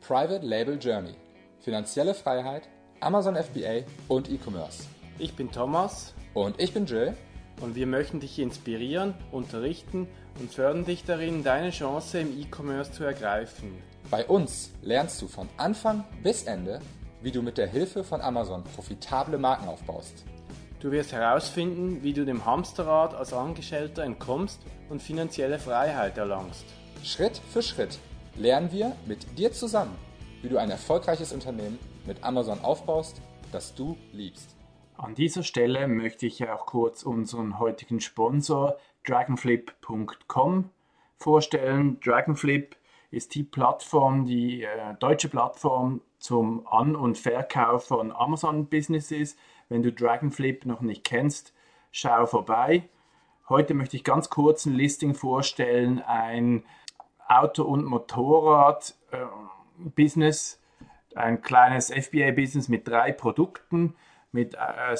Private Label Journey, finanzielle Freiheit, Amazon FBA und E-Commerce. Ich bin Thomas Und ich bin Jill. und wir möchten dich inspirieren, unterrichten und fördern dich darin, deine Chance im E-Commerce zu ergreifen. Bei uns lernst du von Anfang bis Ende, wie du mit der Hilfe von Amazon profitable Marken aufbaust. Du wirst herausfinden, wie du dem Hamsterrad als Angestellter entkommst und finanzielle Freiheit erlangst. Schritt für Schritt lernen wir mit dir zusammen, wie du ein erfolgreiches Unternehmen mit Amazon aufbaust, das du liebst. An dieser Stelle möchte ich auch kurz unseren heutigen Sponsor Dragonflip.com vorstellen. Dragonflip ist die Plattform, die deutsche Plattform zum An- und Verkauf von Amazon-Businesses. Wenn du Dragonflip noch nicht kennst, schau vorbei. Heute möchte ich ganz kurz ein Listing vorstellen, ein Auto- und Motorrad-Business, ein kleines FBA-Business mit 3 Produkten, mit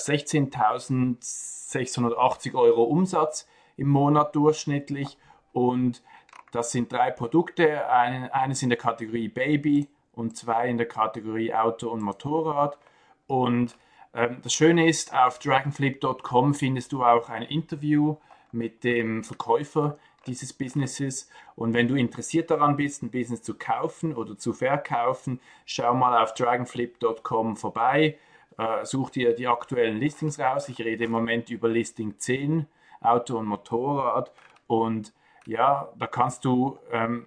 16.680 Euro Umsatz im Monat durchschnittlich. Und das sind 3 Produkte, eines in der Kategorie Baby und 2 in der Kategorie Auto und Motorrad. Und das Schöne ist, auf dragonflip.com findest du auch ein Interview mit dem Verkäufer dieses Businesses. Und wenn du interessiert daran bist, ein Business zu kaufen oder zu verkaufen, schau mal auf dragonflip.com vorbei. Such dir die aktuellen Listings raus. Ich rede im Moment über Listing 10, Auto und Motorrad. Und ja, da kannst du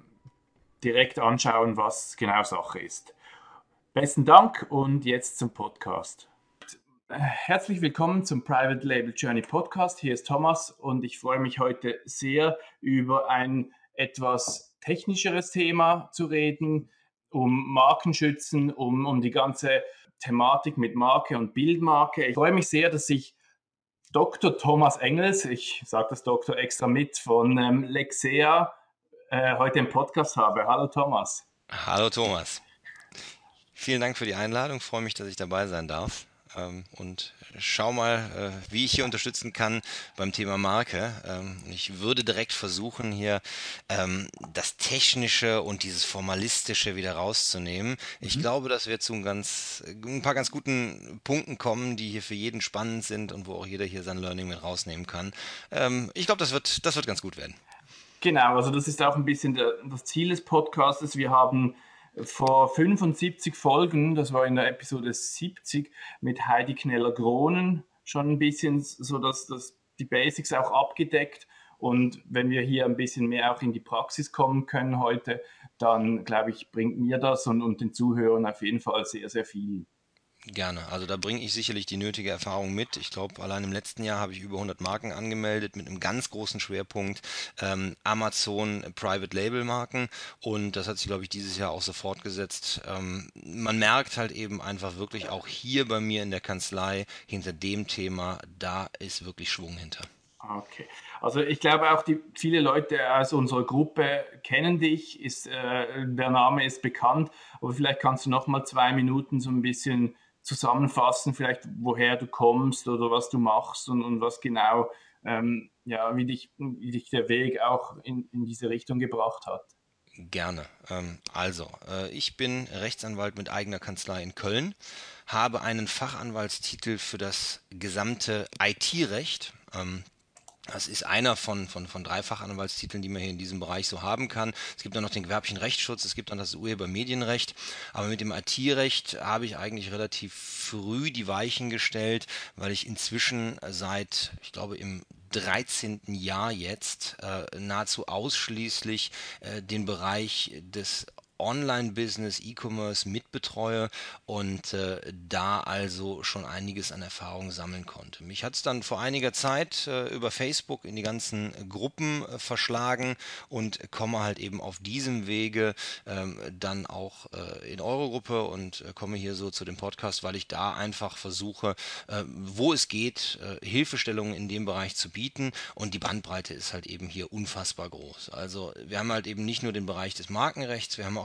direkt anschauen, was genau Sache ist. Besten Dank und jetzt zum Podcast. Herzlich willkommen zum Private Label Journey Podcast. Hier ist Thomas und ich freue mich heute sehr, über ein etwas technischeres Thema zu reden, um Markenschützen, um die ganze Thematik mit Marke und Bildmarke. Ich freue mich sehr, dass ich Dr. Thomas Engels, ich sage das Doktor extra mit, von Lexea heute im Podcast habe. Hallo Thomas. Hallo Thomas. Vielen Dank für die Einladung. Freue mich, dass ich dabei sein darf. Und schau mal, wie ich hier unterstützen kann beim Thema Marke. Ich würde direkt versuchen, hier das Technische und dieses Formalistische wieder rauszunehmen. Ich glaube, dass wir zu ein paar ganz guten Punkten kommen, die hier für jeden spannend sind und wo auch jeder hier sein Learning mit rausnehmen kann. Ich glaube, das wird ganz gut werden. Genau, also das ist auch ein bisschen das Ziel des Podcasts. Wir haben vor 75 Folgen, das war in der Episode 70, mit Heidi Kneller-Gronen schon ein bisschen so, dass die Basics auch abgedeckt. Und wenn wir hier ein bisschen mehr auch in die Praxis kommen können heute, dann glaube ich, bringt mir das und den Zuhörern auf jeden Fall sehr, sehr viel. Gerne. Also da bringe ich sicherlich die nötige Erfahrung mit. Ich glaube, allein im letzten Jahr habe ich über 100 Marken angemeldet mit einem ganz großen Schwerpunkt Amazon Private Label Marken, und das hat sich, glaube ich, dieses Jahr auch so fortgesetzt. Man merkt halt eben einfach wirklich auch hier bei mir in der Kanzlei hinter dem Thema, da ist wirklich Schwung hinter. Okay, also ich glaube auch, viele Leute aus unserer Gruppe kennen dich, der Name ist bekannt, aber vielleicht kannst du noch mal 2 Minuten so ein bisschen zusammenfassen, vielleicht woher du kommst oder was du machst und was genau, wie dich der Weg auch in diese Richtung gebracht hat. Gerne. Ich bin Rechtsanwalt mit eigener Kanzlei in Köln, habe einen Fachanwaltstitel für das gesamte IT-Recht. Das ist einer von 3 Fachanwaltstiteln, die man hier in diesem Bereich so haben kann. Es gibt dann noch den gewerblichen Rechtsschutz, es gibt dann das Urhebermedienrecht. Aber mit dem IT-Recht habe ich eigentlich relativ früh die Weichen gestellt, weil ich inzwischen seit, ich glaube, im 13. Jahr jetzt nahezu ausschließlich den Bereich des Online-Business, E-Commerce mitbetreue und da also schon einiges an Erfahrung sammeln konnte. Mich hat es dann vor einiger Zeit über Facebook in die ganzen Gruppen verschlagen und komme halt eben auf diesem Wege dann auch in eure Gruppe und komme hier so zu dem Podcast, weil ich da einfach versuche, wo es geht, Hilfestellungen in dem Bereich zu bieten, und die Bandbreite ist halt eben hier unfassbar groß. Also wir haben halt eben nicht nur den Bereich des Markenrechts, wir haben auch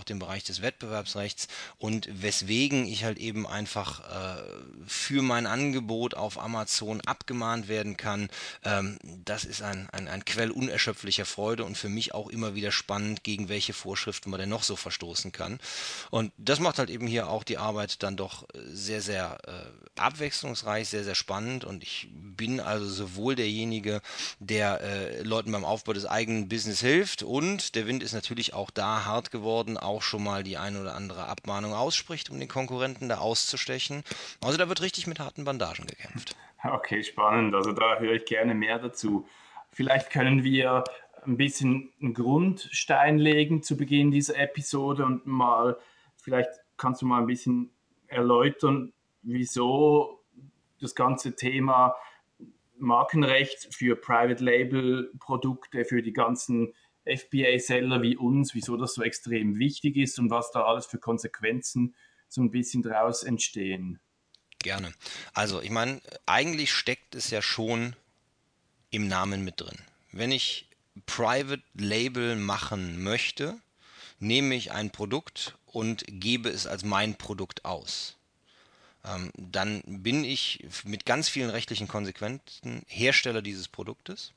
auch den Bereich des Wettbewerbsrechts und weswegen ich halt eben einfach für mein Angebot auf Amazon abgemahnt werden kann. Das ist ein Quell unerschöpflicher Freude und für mich auch immer wieder spannend, gegen welche Vorschriften man denn noch so verstoßen kann. Und das macht halt eben hier auch die Arbeit dann doch sehr, sehr abwechslungsreich, sehr, sehr spannend und ich bin also sowohl derjenige, der Leuten beim Aufbau des eigenen Business hilft und der Wind ist natürlich auch da hart geworden, auch schon mal die eine oder andere Abmahnung ausspricht, um den Konkurrenten da auszustechen. Also da wird richtig mit harten Bandagen gekämpft. Okay, spannend. Also da höre ich gerne mehr dazu. Vielleicht können wir ein bisschen einen Grundstein legen zu Beginn dieser Episode und mal, vielleicht kannst du mal ein bisschen erläutern, wieso das ganze Thema Markenrecht für Private Label Produkte, für die ganzen FBA-Seller wie uns, wieso das so extrem wichtig ist und was da alles für Konsequenzen so ein bisschen draus entstehen. Gerne. Also ich meine, eigentlich steckt es ja schon im Namen mit drin. Wenn ich Private Label machen möchte, nehme ich ein Produkt und gebe es als mein Produkt aus. Dann bin ich mit ganz vielen rechtlichen Konsequenzen Hersteller dieses Produktes.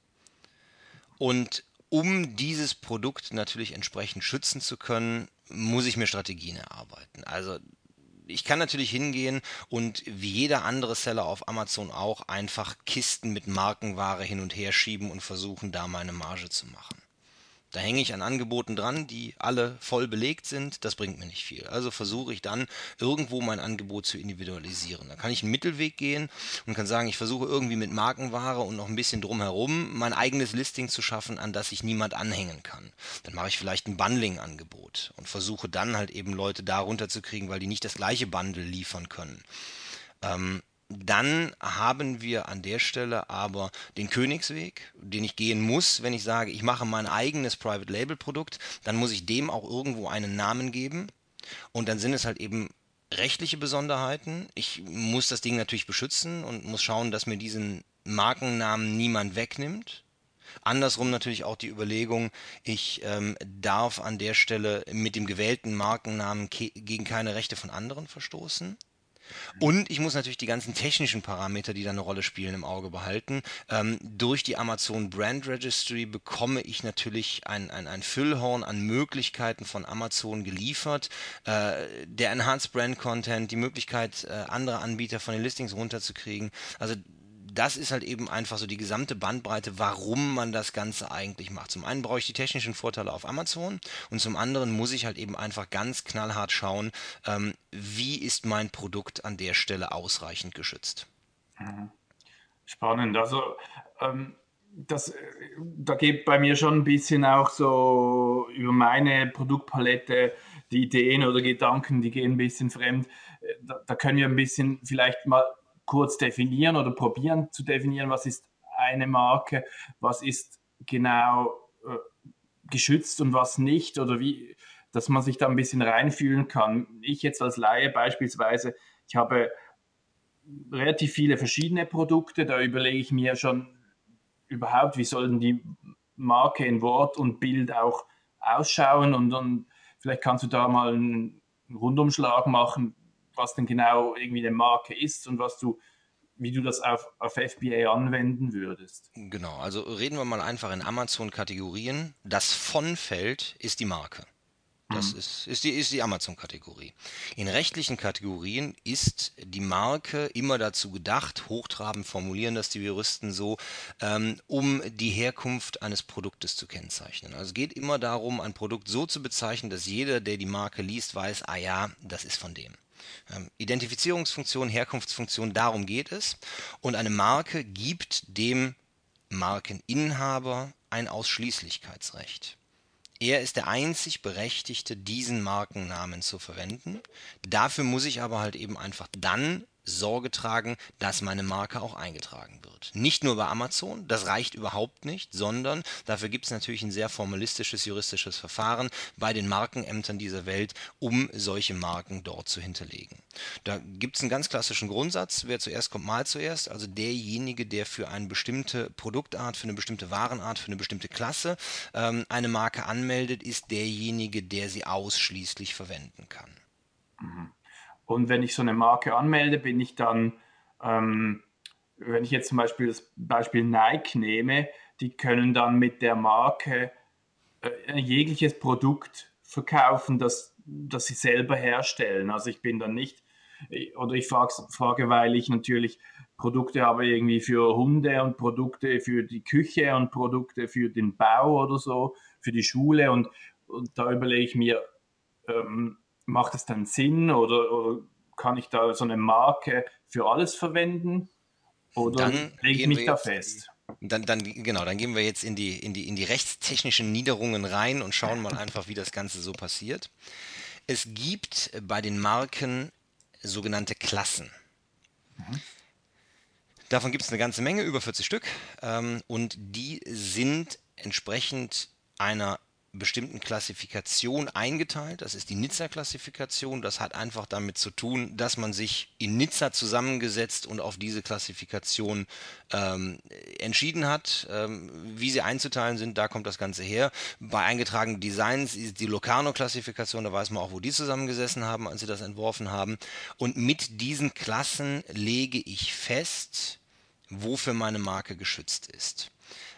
Und um dieses Produkt natürlich entsprechend schützen zu können, muss ich mir Strategien erarbeiten. Also ich kann natürlich hingehen und wie jeder andere Seller auf Amazon auch einfach Kisten mit Markenware hin und her schieben und versuchen, da meine Marge zu machen. Da hänge ich an Angeboten dran, die alle voll belegt sind. Das bringt mir nicht viel. Also versuche ich dann irgendwo mein Angebot zu individualisieren. Da kann ich einen Mittelweg gehen und kann sagen, ich versuche irgendwie mit Markenware und noch ein bisschen drumherum mein eigenes Listing zu schaffen, an das sich niemand anhängen kann. Dann mache ich vielleicht ein Bundling-Angebot und versuche dann halt eben Leute da runterzukriegen, weil die nicht das gleiche Bundle liefern können. Dann haben wir an der Stelle aber den Königsweg, den ich gehen muss, wenn ich sage, ich mache mein eigenes Private Label Produkt, dann muss ich dem auch irgendwo einen Namen geben und dann sind es halt eben rechtliche Besonderheiten. Ich muss das Ding natürlich beschützen und muss schauen, dass mir diesen Markennamen niemand wegnimmt. Andersrum natürlich auch die Überlegung, ich darf an der Stelle mit dem gewählten Markennamen gegen keine Rechte von anderen verstoßen. Und ich muss natürlich die ganzen technischen Parameter, die da eine Rolle spielen, im Auge behalten. Durch die Amazon Brand Registry bekomme ich natürlich ein Füllhorn an Möglichkeiten von Amazon geliefert. Der Enhanced Brand Content, die Möglichkeit, andere Anbieter von den Listings runterzukriegen. Also das ist halt eben einfach so die gesamte Bandbreite, warum man das Ganze eigentlich macht. Zum einen brauche ich die technischen Vorteile auf Amazon und zum anderen muss ich halt eben einfach ganz knallhart schauen, wie ist mein Produkt an der Stelle ausreichend geschützt. Spannend. Also da geht bei mir schon ein bisschen auch so über meine Produktpalette die Ideen oder Gedanken, die gehen ein bisschen fremd. Da können wir ein bisschen vielleicht mal kurz definieren oder probieren zu definieren, was ist eine Marke, was ist genau geschützt und was nicht oder wie, dass man sich da ein bisschen reinfühlen kann. Ich jetzt als Laie beispielsweise, ich habe relativ viele verschiedene Produkte. Da überlege ich mir schon überhaupt, wie soll denn die Marke in Wort und Bild auch ausschauen und vielleicht kannst du da mal einen Rundumschlag machen, was denn genau irgendwie eine Marke ist und wie du das auf FBA anwenden würdest. Genau, also reden wir mal einfach in Amazon-Kategorien. Das Von-Feld ist die Marke. Das Mhm. ist die Amazon-Kategorie. In rechtlichen Kategorien ist die Marke immer dazu gedacht, hochtrabend formulieren das die Juristen so, um die Herkunft eines Produktes zu kennzeichnen. Also es geht immer darum, ein Produkt so zu bezeichnen, dass jeder, der die Marke liest, weiß, ah ja, das ist von dem. Identifizierungsfunktion, Herkunftsfunktion, darum geht es. Und eine Marke gibt dem Markeninhaber ein Ausschließlichkeitsrecht. Er ist der einzig Berechtigte, diesen Markennamen zu verwenden. Dafür muss ich aber halt eben einfach dann Sorge tragen, dass meine Marke auch eingetragen wird. Nicht nur bei Amazon, das reicht überhaupt nicht, sondern dafür gibt es natürlich ein sehr formalistisches juristisches Verfahren bei den Markenämtern dieser Welt, um solche Marken dort zu hinterlegen. Da gibt es einen ganz klassischen Grundsatz, wer zuerst kommt, mal zuerst. Also derjenige, der für eine bestimmte Produktart, für eine bestimmte Warenart, für eine bestimmte Klasse eine Marke anmeldet, ist derjenige, der sie ausschließlich verwenden kann. Und wenn ich so eine Marke anmelde, bin ich dann, wenn ich jetzt zum Beispiel das Beispiel Nike nehme, die können dann mit der Marke jegliches Produkt verkaufen, das sie selber herstellen. Also ich bin dann nicht, oder ich frage, weil ich natürlich Produkte habe irgendwie für Hunde und Produkte für die Küche und Produkte für den Bau oder so, für die Schule und da überlege ich mir, macht es dann Sinn oder kann ich da so eine Marke für alles verwenden oder Dann lege ich gehen mich wir da jetzt fest? genau, dann gehen wir jetzt in die rechtstechnischen Niederungen rein und schauen mal einfach, wie das Ganze so passiert. Es gibt bei den Marken sogenannte Klassen. Davon gibt es eine ganze Menge, über 40 Stück, und die sind entsprechend einer bestimmten Klassifikation eingeteilt. Das ist die Nizza-Klassifikation. Das hat einfach damit zu tun, dass man sich in Nizza zusammengesetzt und auf diese Klassifikation entschieden hat. Wie sie einzuteilen sind, da kommt das Ganze her. Bei eingetragenen Designs ist die Locarno-Klassifikation, da weiß man auch, wo die zusammengesessen haben, als sie das entworfen haben. Und mit diesen Klassen lege ich fest, wofür meine Marke geschützt ist.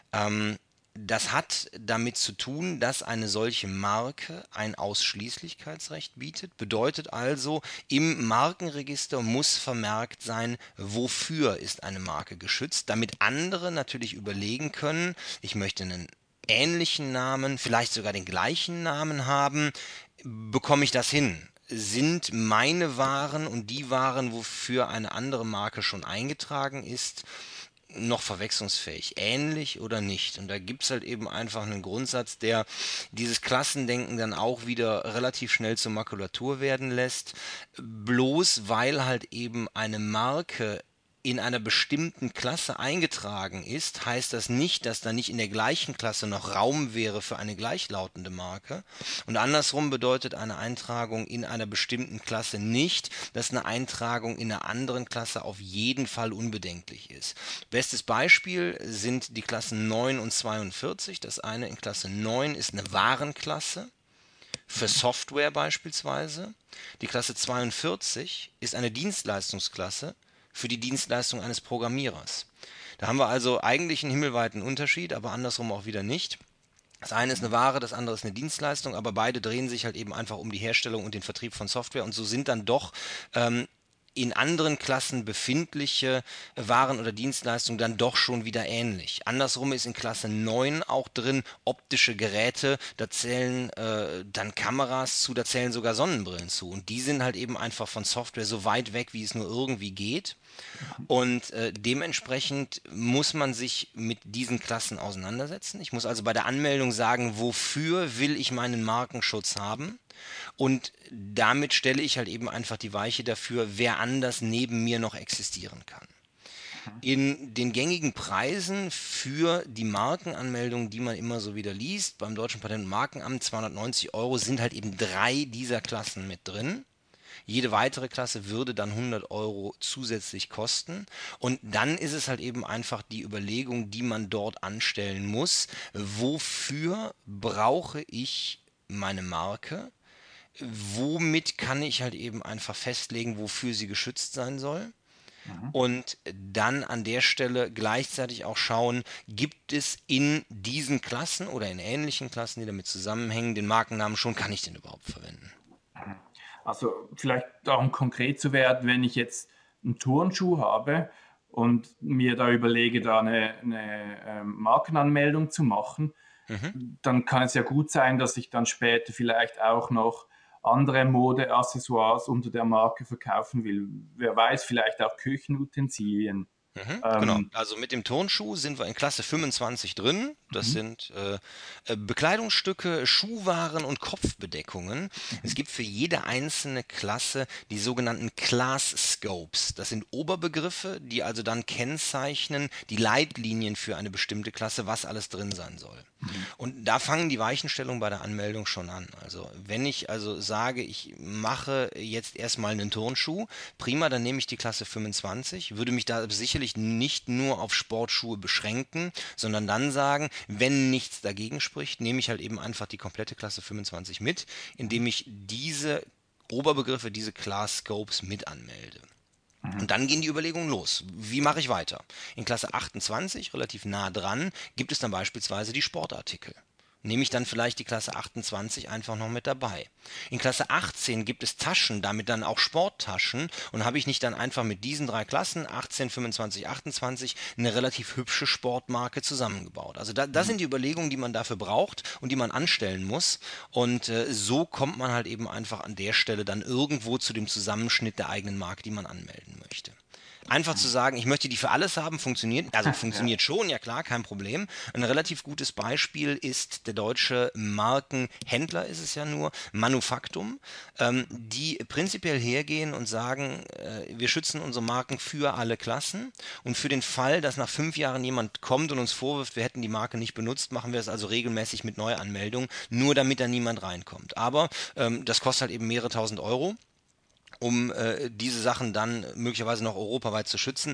Das hat damit zu tun, dass eine solche Marke ein Ausschließlichkeitsrecht bietet. Bedeutet also, im Markenregister muss vermerkt sein, wofür ist eine Marke geschützt, damit andere natürlich überlegen können, ich möchte einen ähnlichen Namen, vielleicht sogar den gleichen Namen haben, bekomme ich das hin? Sind meine Waren und die Waren, wofür eine andere Marke schon eingetragen ist, noch verwechslungsfähig, ähnlich oder nicht? Und da gibt es halt eben einfach einen Grundsatz, der dieses Klassendenken dann auch wieder relativ schnell zur Makulatur werden lässt, bloß weil halt eben eine Marke in einer bestimmten Klasse eingetragen ist, heißt das nicht, dass da nicht in der gleichen Klasse noch Raum wäre für eine gleichlautende Marke. Und andersrum bedeutet eine Eintragung in einer bestimmten Klasse nicht, dass eine Eintragung in einer anderen Klasse auf jeden Fall unbedenklich ist. Bestes Beispiel sind die Klassen 9 und 42. Das eine in Klasse 9 ist eine Warenklasse für Software beispielsweise. Die Klasse 42 ist eine Dienstleistungsklasse für die Dienstleistung eines Programmierers. Da haben wir also eigentlich einen himmelweiten Unterschied, aber andersrum auch wieder nicht. Das eine ist eine Ware, das andere ist eine Dienstleistung, aber beide drehen sich halt eben einfach um die Herstellung und den Vertrieb von Software, und so sind dann doch in anderen Klassen befindliche Waren oder Dienstleistungen dann doch schon wieder ähnlich. Andersrum ist in Klasse 9 auch drin optische Geräte, da zählen dann Kameras zu, da zählen sogar Sonnenbrillen zu. Und die sind halt eben einfach von Software so weit weg, wie es nur irgendwie geht. Und dementsprechend muss man sich mit diesen Klassen auseinandersetzen. Ich muss also bei der Anmeldung sagen, wofür will ich meinen Markenschutz haben? Und damit stelle ich halt eben einfach die Weiche dafür, wer anders neben mir noch existieren kann. In den gängigen Preisen für die Markenanmeldung, die man immer so wieder liest, beim Deutschen Patent- und Markenamt 290 €, sind halt eben 3 dieser Klassen mit drin. Jede weitere Klasse würde dann 100 € zusätzlich kosten. Und dann ist es halt eben einfach die Überlegung, die man dort anstellen muss. Wofür brauche ich meine Marke? Womit kann ich halt eben einfach festlegen, wofür sie geschützt sein soll? Und dann an der Stelle gleichzeitig auch schauen, gibt es in diesen Klassen oder in ähnlichen Klassen, die damit zusammenhängen, den Markennamen schon, kann ich den überhaupt verwenden? Also vielleicht auch um konkret zu werden, wenn ich jetzt einen Turnschuh habe und mir da überlege, da eine Markenanmeldung zu machen, Mhm. dann kann es ja gut sein, dass ich dann später vielleicht auch noch andere Modeaccessoires unter der Marke verkaufen will. Wer weiß, vielleicht auch Küchenutensilien. Genau, Ähm, also mit dem Turnschuh sind wir in Klasse 25 drin. Das sind Bekleidungsstücke, Schuhwaren und Kopfbedeckungen. Es gibt für jede einzelne Klasse die sogenannten Class Scopes. Das sind Oberbegriffe, die also dann kennzeichnen, die Leitlinien für eine bestimmte Klasse, was alles drin sein soll. Und da fangen die Weichenstellungen bei der Anmeldung schon an. Also wenn ich also sage, ich mache jetzt erstmal einen Turnschuh, prima, dann nehme ich die Klasse 25, würde mich da sicherlich nicht nur auf Sportschuhe beschränken, sondern dann sagen, wenn nichts dagegen spricht, nehme ich halt eben einfach die komplette Klasse 25 mit, indem ich diese Oberbegriffe, diese Class Scopes mit anmelde. Und dann gehen die Überlegungen los. Wie mache ich weiter? In Klasse 28, relativ nah dran, gibt es dann beispielsweise die Sportartikel. Nehme ich dann vielleicht die Klasse 28 einfach noch mit dabei. In Klasse 18 gibt es Taschen, damit dann auch Sporttaschen. Und habe ich nicht dann einfach mit diesen drei Klassen, 18, 25, 28, eine relativ hübsche Sportmarke zusammengebaut. Also das sind die Überlegungen, die man dafür braucht und die man anstellen muss. Und so kommt man halt eben einfach an der Stelle dann irgendwo zu dem Zusammenschnitt der eigenen Marke, die man anmelden möchte. Einfach zu sagen, ich möchte die für alles haben, funktioniert, also ja. funktioniert schon, ja klar, kein Problem. Ein relativ gutes Beispiel ist der deutsche Markenhändler, ist es ja nur, Manufaktum, die prinzipiell hergehen und sagen, wir schützen unsere Marken für alle Klassen und für den Fall, dass nach 5 Jahren jemand kommt und uns vorwirft, wir hätten die Marke nicht benutzt, machen wir es also regelmäßig mit Neuanmeldungen, nur damit da niemand reinkommt. Aber das kostet halt eben mehrere tausend Euro, um diese Sachen dann möglicherweise noch europaweit zu schützen.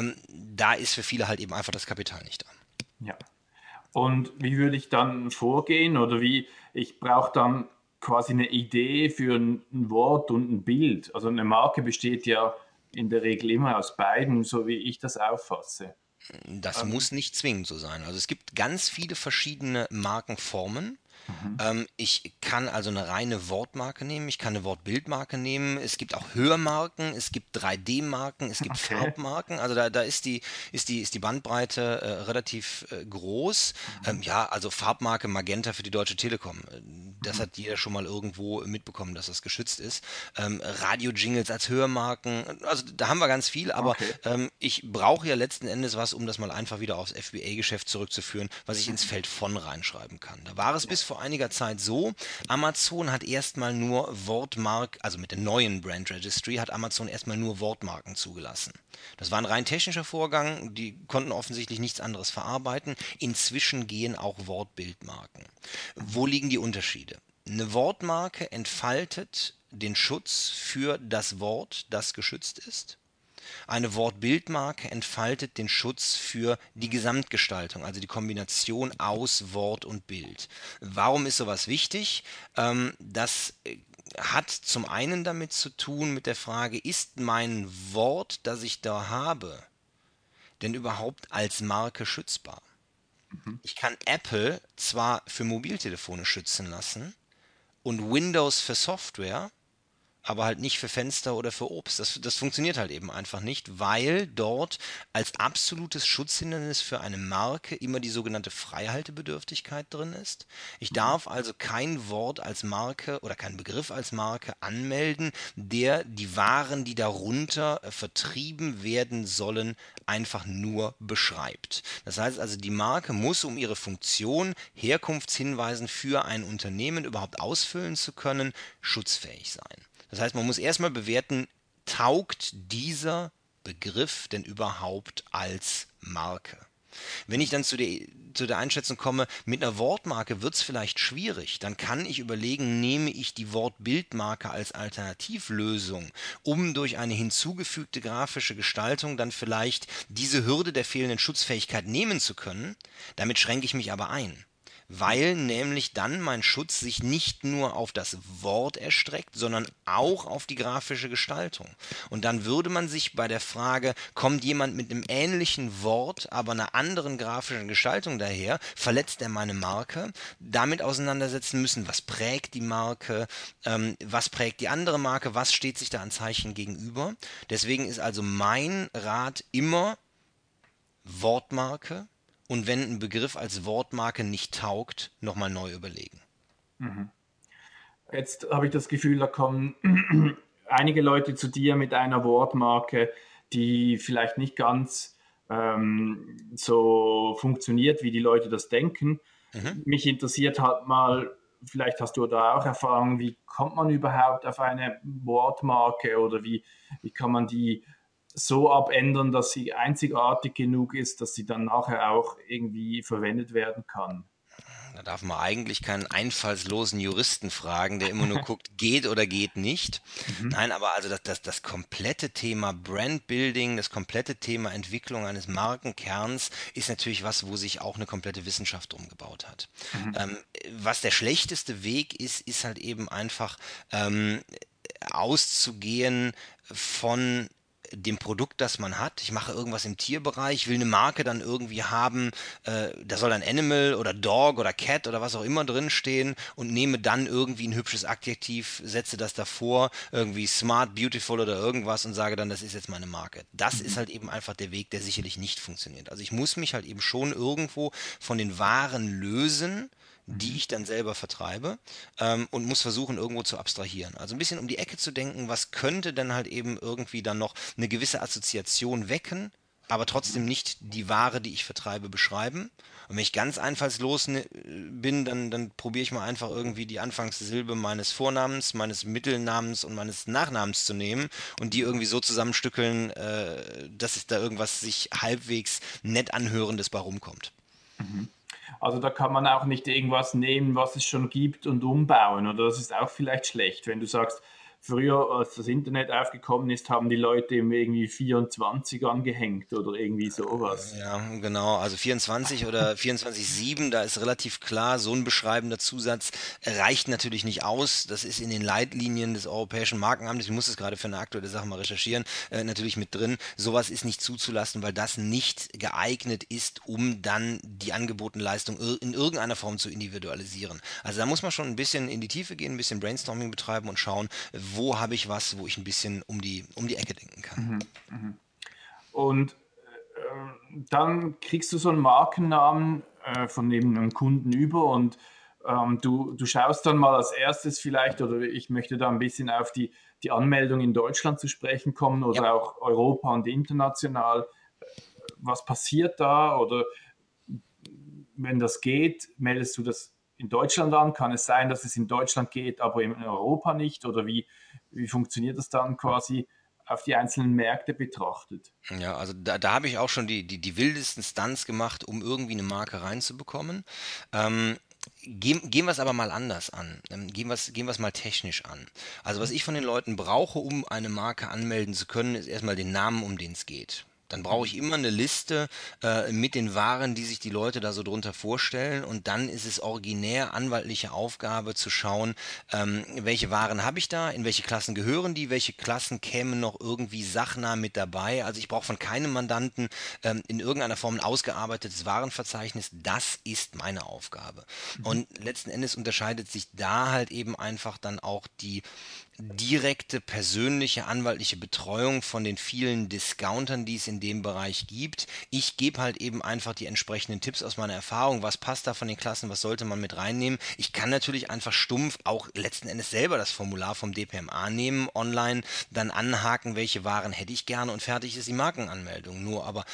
Da ist für viele halt eben einfach das Kapital nicht da. Ja. Und wie würde ich dann vorgehen oder wie, ich brauche dann quasi eine Idee für ein Wort und ein Bild. Also eine Marke besteht ja in der Regel immer aus beiden, so wie ich das auffasse. Das Ähm, muss nicht zwingend so sein. Also es gibt ganz viele verschiedene Markenformen. mhm. Ich kann also eine reine Wortmarke nehmen, ich kann eine Wortbildmarke nehmen, es gibt auch Hörmarken, es gibt 3D-Marken, es gibt Okay. Farbmarken, also da ist die Bandbreite relativ groß. Ja, also Farbmarke Magenta für die Deutsche Telekom, das hat jeder schon mal irgendwo mitbekommen, dass das geschützt ist. Radio-Jingles als Hörmarken, also da haben wir ganz viel, aber Okay. ich brauche ja letzten Endes was, um das mal einfach wieder aufs FBA-Geschäft zurückzuführen, was ich ins Feld von reinschreiben kann. Da war es Ja. bis vor einiger Zeit so, Amazon hat erstmal nur also mit der neuen Brand Registry hat Amazon erstmal nur Wortmarken zugelassen. Das war ein rein technischer Vorgang, die konnten offensichtlich nichts anderes verarbeiten. Inzwischen gehen auch Wortbildmarken. Wo liegen die Unterschiede? Eine Wortmarke entfaltet den Schutz für das Wort, das geschützt ist. Eine Wortbildmarke entfaltet den Schutz für die Gesamtgestaltung, also die Kombination aus Wort und Bild. Warum ist sowas wichtig? Das hat zum einen damit zu tun mit der Frage, ist mein Wort, das ich da habe, denn überhaupt als Marke schützbar? Mhm. Ich kann Apple zwar für Mobiltelefone schützen lassen und Windows für Software, aber halt nicht für Fenster oder für Obst. Das funktioniert halt eben einfach nicht, weil dort als absolutes Schutzhindernis für eine Marke immer die sogenannte Freihaltebedürftigkeit drin ist. Ich darf also kein Wort als Marke oder keinen Begriff als Marke anmelden, der die Waren, die darunter vertrieben werden sollen, einfach nur beschreibt. Das heißt also, die Marke muss, um ihre Funktion, Herkunftshinweisen für ein Unternehmen überhaupt ausfüllen zu können, schutzfähig sein. Das heißt, man muss erstmal bewerten, taugt dieser Begriff denn überhaupt als Marke? Wenn ich dann zu der Einschätzung komme, mit einer Wortmarke wird es vielleicht schwierig, dann kann ich überlegen, nehme ich die Wortbildmarke als Alternativlösung, um durch eine hinzugefügte grafische Gestaltung dann vielleicht diese Hürde der fehlenden Schutzfähigkeit nehmen zu können. Damit schränke ich mich aber ein, weil nämlich dann mein Schutz sich nicht nur auf das Wort erstreckt, sondern auch auf die grafische Gestaltung. Und dann würde man sich bei der Frage, kommt jemand mit einem ähnlichen Wort, aber einer anderen grafischen Gestaltung daher, verletzt er meine Marke, damit auseinandersetzen müssen, was prägt die Marke, was prägt die andere Marke, was steht sich da an Zeichen gegenüber. Deswegen ist also mein Rat immer Wortmarke, und wenn ein Begriff als Wortmarke nicht taugt, nochmal neu überlegen. Mhm. Jetzt habe ich das Gefühl, da kommen einige Leute zu dir mit einer Wortmarke, die vielleicht nicht ganz so funktioniert, wie die Leute das denken. Mhm. Mich interessiert halt mal, vielleicht hast du da auch Erfahrung, wie kommt man überhaupt auf eine Wortmarke oder wie kann man die so abändern, dass sie einzigartig genug ist, dass sie dann nachher auch irgendwie verwendet werden kann? Da darf man eigentlich keinen einfallslosen Juristen fragen, der immer nur guckt, geht oder geht nicht. Mhm. Nein, aber also das komplette Thema Brandbuilding, das komplette Thema Entwicklung eines Markenkerns ist natürlich was, wo sich auch eine komplette Wissenschaft drum gebaut hat. Mhm. Was der schlechteste Weg ist, ist halt eben einfach auszugehen von dem Produkt, das man hat. Ich mache irgendwas im Tierbereich, will eine Marke dann irgendwie haben, da soll dann Animal oder Dog oder Cat oder was auch immer drin stehen und nehme dann irgendwie ein hübsches Adjektiv, setze das davor, irgendwie smart, beautiful oder irgendwas und sage dann, das ist jetzt meine Marke. Das ist Mhm. halt eben einfach der Weg, der sicherlich nicht funktioniert. Also ich muss mich halt eben schon irgendwo von den Waren lösen, die Mhm. ich dann selber vertreibe, und muss versuchen, irgendwo zu abstrahieren. Also ein bisschen um die Ecke zu denken, was könnte denn halt eben irgendwie dann noch eine gewisse Assoziation wecken, aber trotzdem nicht die Ware, die ich vertreibe, beschreiben. Und wenn ich ganz einfallslos bin, dann probiere ich mal einfach irgendwie die Anfangssilbe meines Vornamens, meines Mittelnamens und meines Nachnamens zu nehmen und die irgendwie so zusammenstückeln, dass es da irgendwas sich halbwegs nett anhörendes bei rumkommt. Mhm. Also da kann man auch nicht irgendwas nehmen, was es schon gibt und umbauen, oder das ist auch vielleicht schlecht, wenn du sagst, früher, als das Internet aufgekommen ist, haben die Leute ihm irgendwie 24 angehängt oder irgendwie sowas. Ja, genau. Also 24 oder 24/7, da ist relativ klar, so ein beschreibender Zusatz reicht natürlich nicht aus. Das ist in den Leitlinien des Europäischen Markenamtes, ich muss es gerade für eine aktuelle Sache mal recherchieren, natürlich mit drin. Sowas ist nicht zuzulassen, weil das nicht geeignet ist, um dann die angebotene Leistung in irgendeiner Form zu individualisieren. Also da muss man schon ein bisschen in die Tiefe gehen, ein bisschen Brainstorming betreiben und schauen, wo habe ich was, wo ich ein bisschen um die Ecke denken kann. Mhm. Mhm. Und dann kriegst du so einen Markennamen von eben einem Kunden über und du schaust dann mal als erstes vielleicht, oder ich möchte da ein bisschen auf die Anmeldung in Deutschland zu sprechen kommen Ja. oder auch Europa und international. Was passiert da? Oder wenn das geht, meldest du das in Deutschland an? Kann es sein, dass es in Deutschland geht, aber in Europa nicht? Oder wie funktioniert das dann quasi auf die einzelnen Märkte betrachtet? Ja, also da habe ich auch schon die wildesten Stunts gemacht, um irgendwie eine Marke reinzubekommen. Ähm, gehen wir es aber mal anders an. Gehen wir es mal technisch an. Also was ich von den Leuten brauche, um eine Marke anmelden zu können, ist erstmal den Namen, um den es geht. Dann brauche ich immer eine Liste mit den Waren, die sich die Leute da so drunter vorstellen. Und dann ist es originär anwaltliche Aufgabe zu schauen, welche Waren habe ich da, in welche Klassen gehören die, welche Klassen kämen noch irgendwie sachnah mit dabei. Also ich brauche von keinem Mandanten in irgendeiner Form ein ausgearbeitetes Warenverzeichnis. Das ist meine Aufgabe. Mhm. Und letzten Endes unterscheidet sich da halt eben einfach dann auch die direkte persönliche anwaltliche Betreuung von den vielen Discountern, die es in dem Bereich gibt. Ich gebe halt eben einfach die entsprechenden Tipps aus meiner Erfahrung, was passt da von den Klassen, was sollte man mit reinnehmen. Ich kann natürlich einfach stumpf auch letzten Endes selber das Formular vom DPMA nehmen, online, dann anhaken, welche Waren hätte ich gerne und fertig ist die Markenanmeldung. Nur aber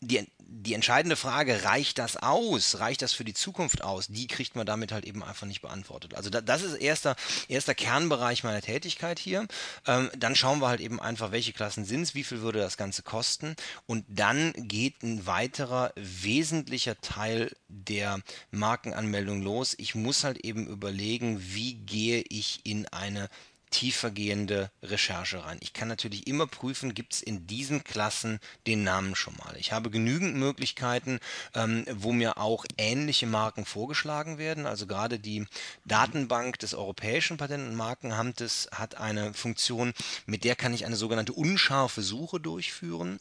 die entscheidende Frage, reicht das aus? Reicht das für die Zukunft aus? Die kriegt man damit halt eben einfach nicht beantwortet. Also das ist erster Kernbereich meiner Tätigkeit hier. Dann schauen wir halt eben einfach, welche Klassen sind es, wie viel würde das Ganze kosten. Und dann geht ein weiterer wesentlicher Teil der Markenanmeldung los. Ich muss halt eben überlegen, wie gehe ich in eine tiefergehende Recherche rein. Ich kann natürlich immer prüfen, gibt es in diesen Klassen den Namen schon mal. Ich habe genügend Möglichkeiten, wo mir auch ähnliche Marken vorgeschlagen werden. Also gerade die Datenbank des Europäischen Patent- und Markenamtes hat eine Funktion, mit der kann ich eine sogenannte unscharfe Suche durchführen.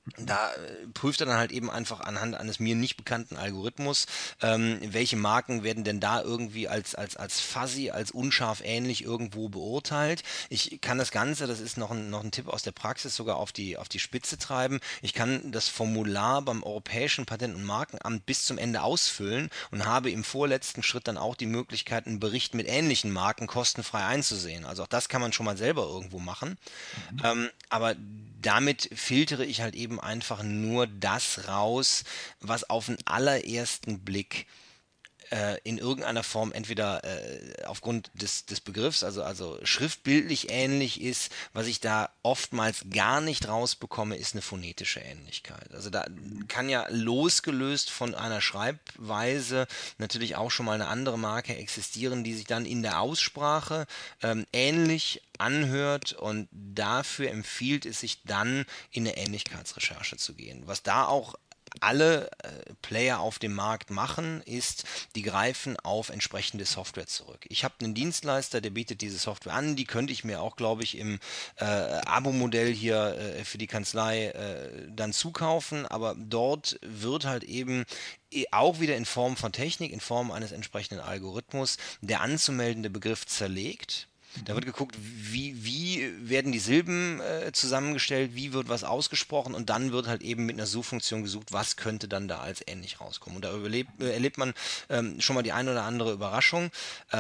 Da prüft er dann halt eben einfach anhand eines mir nicht bekannten Algorithmus, welche Marken werden denn da irgendwie als fuzzy, als unscharf ähnlich irgendwo beurteilt. Ich kann das Ganze, das ist noch ein Tipp aus der Praxis, sogar auf die Spitze treiben. Ich kann das Formular beim Europäischen Patent- und Markenamt bis zum Ende ausfüllen und habe im vorletzten Schritt dann auch die Möglichkeit, einen Bericht mit ähnlichen Marken kostenfrei einzusehen. Also auch das kann man schon mal selber irgendwo machen. Mhm. Aber damit filtere ich halt eben einfach nur das raus, was auf den allerersten Blick in irgendeiner Form entweder aufgrund des Begriffs, also schriftbildlich ähnlich ist. Was ich da oftmals gar nicht rausbekomme, ist eine phonetische Ähnlichkeit. Also da kann ja losgelöst von einer Schreibweise natürlich auch schon mal eine andere Marke existieren, die sich dann in der Aussprache ähnlich anhört, und dafür empfiehlt es sich dann in eine Ähnlichkeitsrecherche zu gehen. Was da auch alle Player auf dem Markt machen, ist, die greifen auf entsprechende Software zurück. Ich habe einen Dienstleister, der bietet diese Software an, die könnte ich mir auch, glaube ich, im Abo-Modell hier für die Kanzlei dann zukaufen, aber dort wird halt eben auch wieder in Form von Technik, in Form eines entsprechenden Algorithmus, der anzumeldende Begriff zerlegt. Da wird geguckt, wie werden die Silben zusammengestellt, wie wird was ausgesprochen, und dann wird halt eben mit einer Suchfunktion gesucht, was könnte dann da als ähnlich rauskommen. Und da erlebt man schon mal die eine oder andere Überraschung,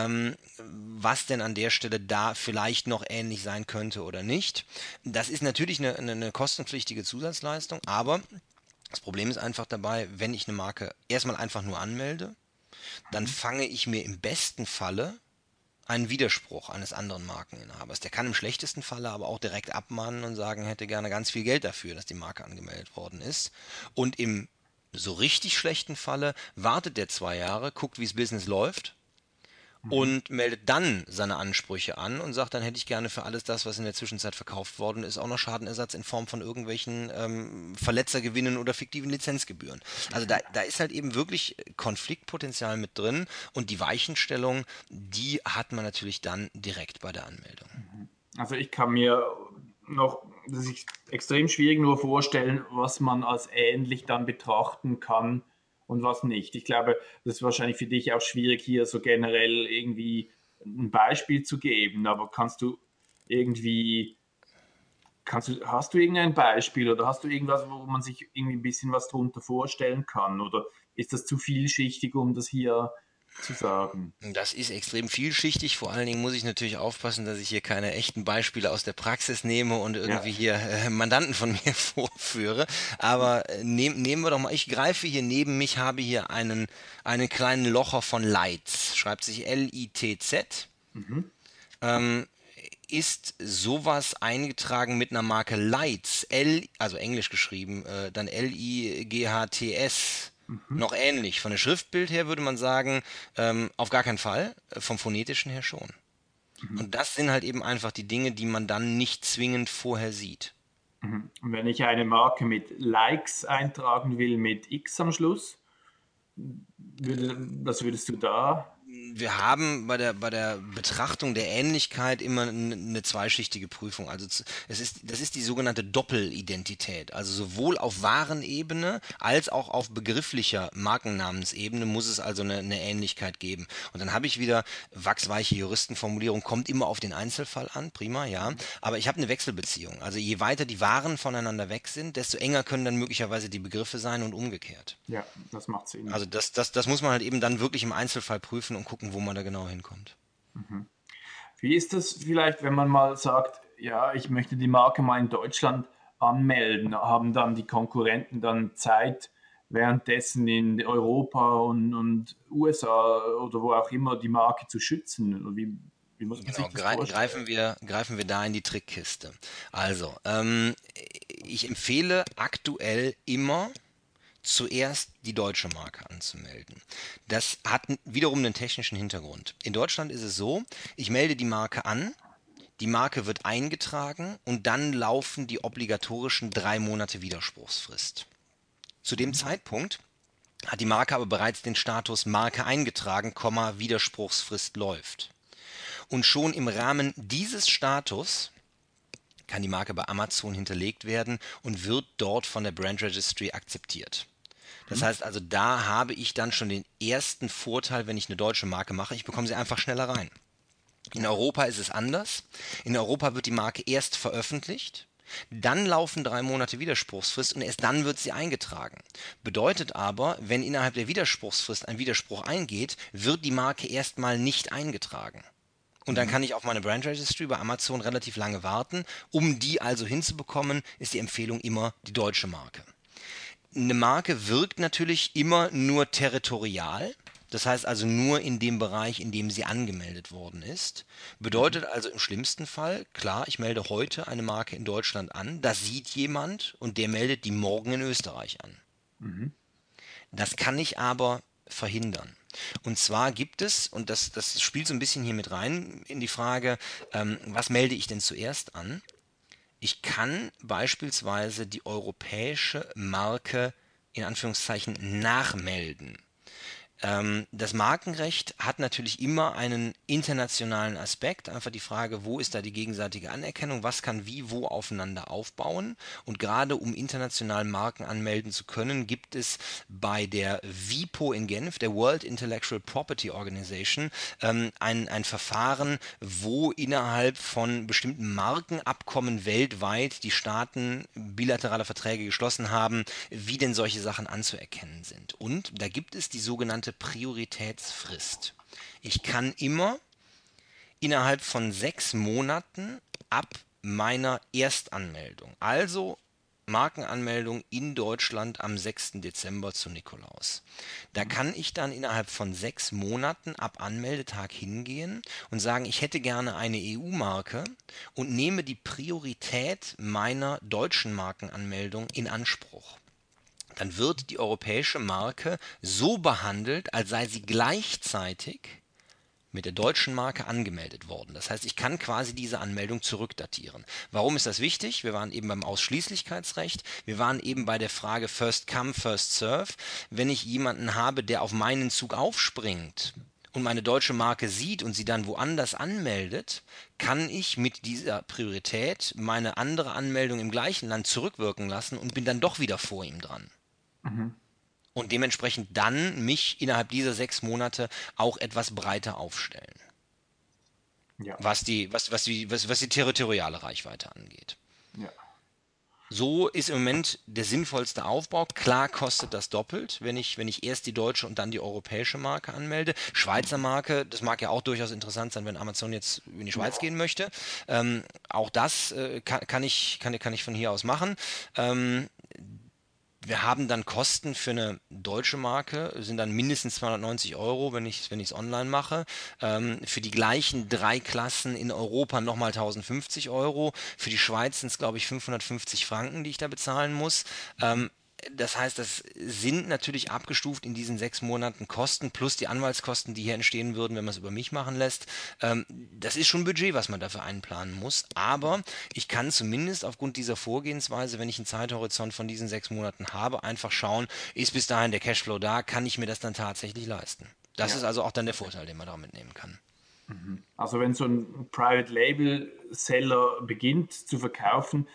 was denn an der Stelle da vielleicht noch ähnlich sein könnte oder nicht. Das ist natürlich eine kostenpflichtige Zusatzleistung, aber das Problem ist einfach dabei, wenn ich eine Marke erstmal einfach nur anmelde, dann fange ich mir im besten Falle einen Widerspruch eines anderen Markeninhabers. Der kann im schlechtesten Falle aber auch direkt abmahnen und sagen, er hätte gerne ganz viel Geld dafür, dass die Marke angemeldet worden ist. Und im so richtig schlechten Falle wartet der 2 Jahre, guckt, wie das Business läuft, und meldet dann seine Ansprüche an und sagt, dann hätte ich gerne für alles das, was in der Zwischenzeit verkauft worden ist, auch noch Schadenersatz in Form von irgendwelchen Verletzergewinnen oder fiktiven Lizenzgebühren. Also da ist halt eben wirklich Konfliktpotenzial mit drin, und die Weichenstellung, die hat man natürlich dann direkt bei der Anmeldung. Also ich kann mir das ist extrem schwierig nur vorstellen, was man als ähnlich dann betrachten kann und was nicht. Ich glaube, das ist wahrscheinlich für dich auch schwierig, hier so generell irgendwie ein Beispiel zu geben, aber irgendwie, hast du irgendein Beispiel oder hast du irgendwas, wo man sich irgendwie ein bisschen was drunter vorstellen kann, oder ist das zu vielschichtig, um das hier zu sagen? Das ist extrem vielschichtig. Vor allen Dingen muss ich natürlich aufpassen, dass ich hier keine echten Beispiele aus der Praxis nehme und Ja. irgendwie hier Mandanten von mir vorführe. Aber nehmen wir doch mal, ich greife hier neben mich, habe hier einen kleinen Locher von Litz. Schreibt sich Litz. Ist sowas eingetragen mit einer Marke Lights, also englisch geschrieben, dann Lights, noch ähnlich? Von der Schriftbild her würde man sagen, auf gar keinen Fall, vom phonetischen her schon. Und das sind halt eben einfach die Dinge, die man dann nicht zwingend vorher sieht. Und wenn ich eine Marke mit Likes eintragen will, mit X am Schluss, was würdest du da? Wir haben bei der Betrachtung der Ähnlichkeit immer eine zweischichtige Prüfung. Also das ist die sogenannte Doppelidentität. Also sowohl auf Warenebene als auch auf begrifflicher Markennamensebene muss es also eine Ähnlichkeit geben. Und dann habe ich wieder wachsweiche Juristenformulierung, kommt immer auf den Einzelfall an, prima, ja. Aber ich habe eine Wechselbeziehung. Also je weiter die Waren voneinander weg sind, desto enger können dann möglicherweise die Begriffe sein und umgekehrt. Ja, das macht Sinn. Also das muss man halt eben dann wirklich im Einzelfall prüfen und gucken, wo man da genau hinkommt. Wie ist das vielleicht, wenn man mal sagt, ja, ich möchte die Marke mal in Deutschland anmelden, haben dann die Konkurrenten dann Zeit, währenddessen in Europa und USA oder wo auch immer die Marke zu schützen? Oder wie muss man sich Genau, das vorstellen? greifen wir da in die Trickkiste. Also, ich empfehle aktuell immer zuerst die deutsche Marke anzumelden. Das hat wiederum einen technischen Hintergrund. In Deutschland ist es so, ich melde die Marke an, die Marke wird eingetragen und dann laufen die obligatorischen 3 Monate Widerspruchsfrist. Zu dem Zeitpunkt hat die Marke aber bereits den Status Marke eingetragen, Widerspruchsfrist läuft. Und schon im Rahmen dieses Status kann die Marke bei Amazon hinterlegt werden und wird dort von der Brand Registry akzeptiert. Das heißt also, da habe ich dann schon den ersten Vorteil, wenn ich eine deutsche Marke mache. Ich bekomme sie einfach schneller rein. In Europa ist es anders. In Europa wird die Marke erst veröffentlicht, dann laufen 3 Monate Widerspruchsfrist und erst dann wird sie eingetragen. Bedeutet aber, wenn innerhalb der Widerspruchsfrist ein Widerspruch eingeht, wird die Marke erstmal nicht eingetragen. Und dann kann ich auf meine Brand Registry bei Amazon relativ lange warten. Um die also hinzubekommen, ist die Empfehlung immer die deutsche Marke. Eine Marke wirkt natürlich immer nur territorial. Das heißt also nur in dem Bereich, in dem sie angemeldet worden ist. Bedeutet also im schlimmsten Fall, klar, ich melde heute eine Marke in Deutschland an, das sieht jemand und der meldet die morgen in Österreich an. Das kann ich aber verhindern. Und zwar gibt es, und das spielt so ein bisschen hier mit rein in die Frage, was melde ich denn zuerst an? Ich kann beispielsweise die europäische Marke in Anführungszeichen nachmelden. Das Markenrecht hat natürlich immer einen internationalen Aspekt. Einfach die Frage, wo ist da die gegenseitige Anerkennung, was kann wie wo aufeinander aufbauen. Und gerade um international Marken anmelden zu können, gibt es bei der WIPO in Genf, der World Intellectual Property Organization, ein Verfahren, wo innerhalb von bestimmten Markenabkommen weltweit die Staaten bilaterale Verträge geschlossen haben, wie denn solche Sachen anzuerkennen sind. Und da gibt es die sogenannte Prioritätsfrist. Ich kann immer innerhalb von 6 Monaten ab meiner Erstanmeldung, also Markenanmeldung in Deutschland am 6. Dezember zu Nikolaus. Da kann ich dann innerhalb von 6 Monaten ab Anmeldetag hingehen und sagen, ich hätte gerne eine EU-Marke und nehme die Priorität meiner deutschen Markenanmeldung in Anspruch. Dann wird die europäische Marke so behandelt, als sei sie gleichzeitig mit der deutschen Marke angemeldet worden. Das heißt, ich kann quasi diese Anmeldung zurückdatieren. Warum ist das wichtig? Wir waren eben beim Ausschließlichkeitsrecht. Wir waren eben bei der Frage First Come, First Serve. Wenn ich jemanden habe, der auf meinen Zug aufspringt und meine deutsche Marke sieht und sie dann woanders anmeldet, kann ich mit dieser Priorität meine andere Anmeldung im gleichen Land zurückwirken lassen und bin dann doch wieder vor ihm dran. Und dementsprechend dann mich innerhalb dieser 6 Monate auch etwas breiter aufstellen, Ja. was die territoriale Reichweite angeht. Ja. So ist im Moment der sinnvollste Aufbau. Klar kostet das doppelt, wenn ich erst die deutsche und dann die europäische Marke anmelde. Schweizer Marke, das mag ja auch durchaus interessant sein, wenn Amazon jetzt in die Schweiz gehen möchte. Auch das kann ich von hier aus machen. Wir haben dann Kosten für eine deutsche Marke, sind dann mindestens 290 Euro, wenn ich es online mache. Für die gleichen 3 Klassen in Europa nochmal 1050 Euro. Für die Schweiz sind es, glaube ich, 550 Franken, die ich da bezahlen muss. Das heißt, das sind natürlich abgestuft in diesen 6 Monaten Kosten plus die Anwaltskosten, die hier entstehen würden, wenn man es über mich machen lässt. Das ist schon ein Budget, was man dafür einplanen muss. Aber ich kann zumindest aufgrund dieser Vorgehensweise, wenn ich einen Zeithorizont von diesen 6 Monaten habe, einfach schauen, ist bis dahin der Cashflow da, kann ich mir das dann tatsächlich leisten. Das ist also auch dann der Vorteil, den man da mitnehmen kann. Also wenn so ein Private Label Seller beginnt zu verkaufen,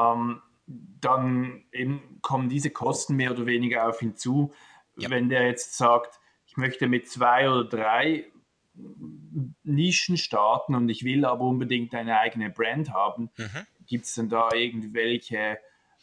dann eben kommen diese Kosten mehr oder weniger auf ihn zu. Ja. Wenn der jetzt sagt, ich möchte mit 2 oder 3 Nischen starten und ich will aber unbedingt eine eigene Brand haben, gibt es denn da irgendwelche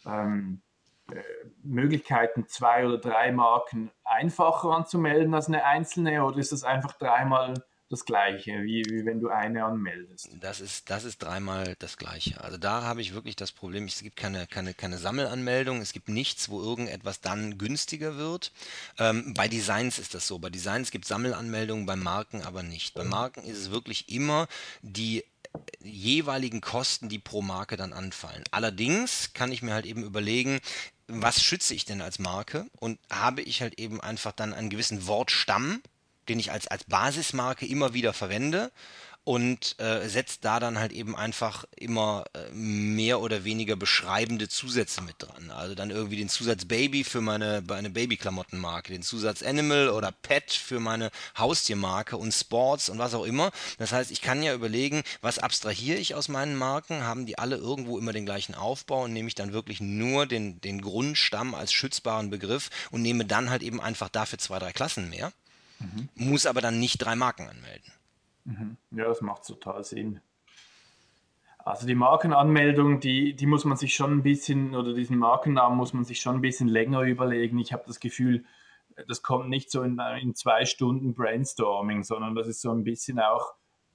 Möglichkeiten, 2 oder 3 Marken einfacher anzumelden als eine einzelne, oder ist das einfach 3-mal das Gleiche, wie wenn du eine anmeldest? Das ist 3-mal das Gleiche. Also da habe ich wirklich das Problem, es gibt keine Sammelanmeldung, es gibt nichts, wo irgendetwas dann günstiger wird. Bei Designs ist das so. Bei Designs gibt es Sammelanmeldungen, bei Marken aber nicht. Bei Marken ist es wirklich immer die jeweiligen Kosten, die pro Marke dann anfallen. Allerdings kann ich mir halt eben überlegen, was schütze ich denn als Marke, und habe ich halt eben einfach dann einen gewissen Wortstamm, den ich als Basismarke immer wieder verwende, und setzt da dann halt eben einfach immer mehr oder weniger beschreibende Zusätze mit dran. Also dann irgendwie den Zusatz Baby für meine Babyklamottenmarke, den Zusatz Animal oder Pet für meine Haustiermarke und Sports und was auch immer. Das heißt, ich kann ja überlegen, was abstrahiere ich aus meinen Marken, haben die alle irgendwo immer den gleichen Aufbau, und nehme ich dann wirklich nur den Grundstamm als schützbaren Begriff und nehme dann halt eben einfach dafür 2, 3 Klassen mehr, muss aber dann nicht 3 Marken anmelden. Ja, das macht total Sinn. Also die Markenanmeldung, die muss man sich schon ein bisschen, oder diesen Markennamen muss man sich schon ein bisschen länger überlegen. Ich habe das Gefühl, das kommt nicht so in 2 Stunden Brainstorming, sondern das ist so ein bisschen auch,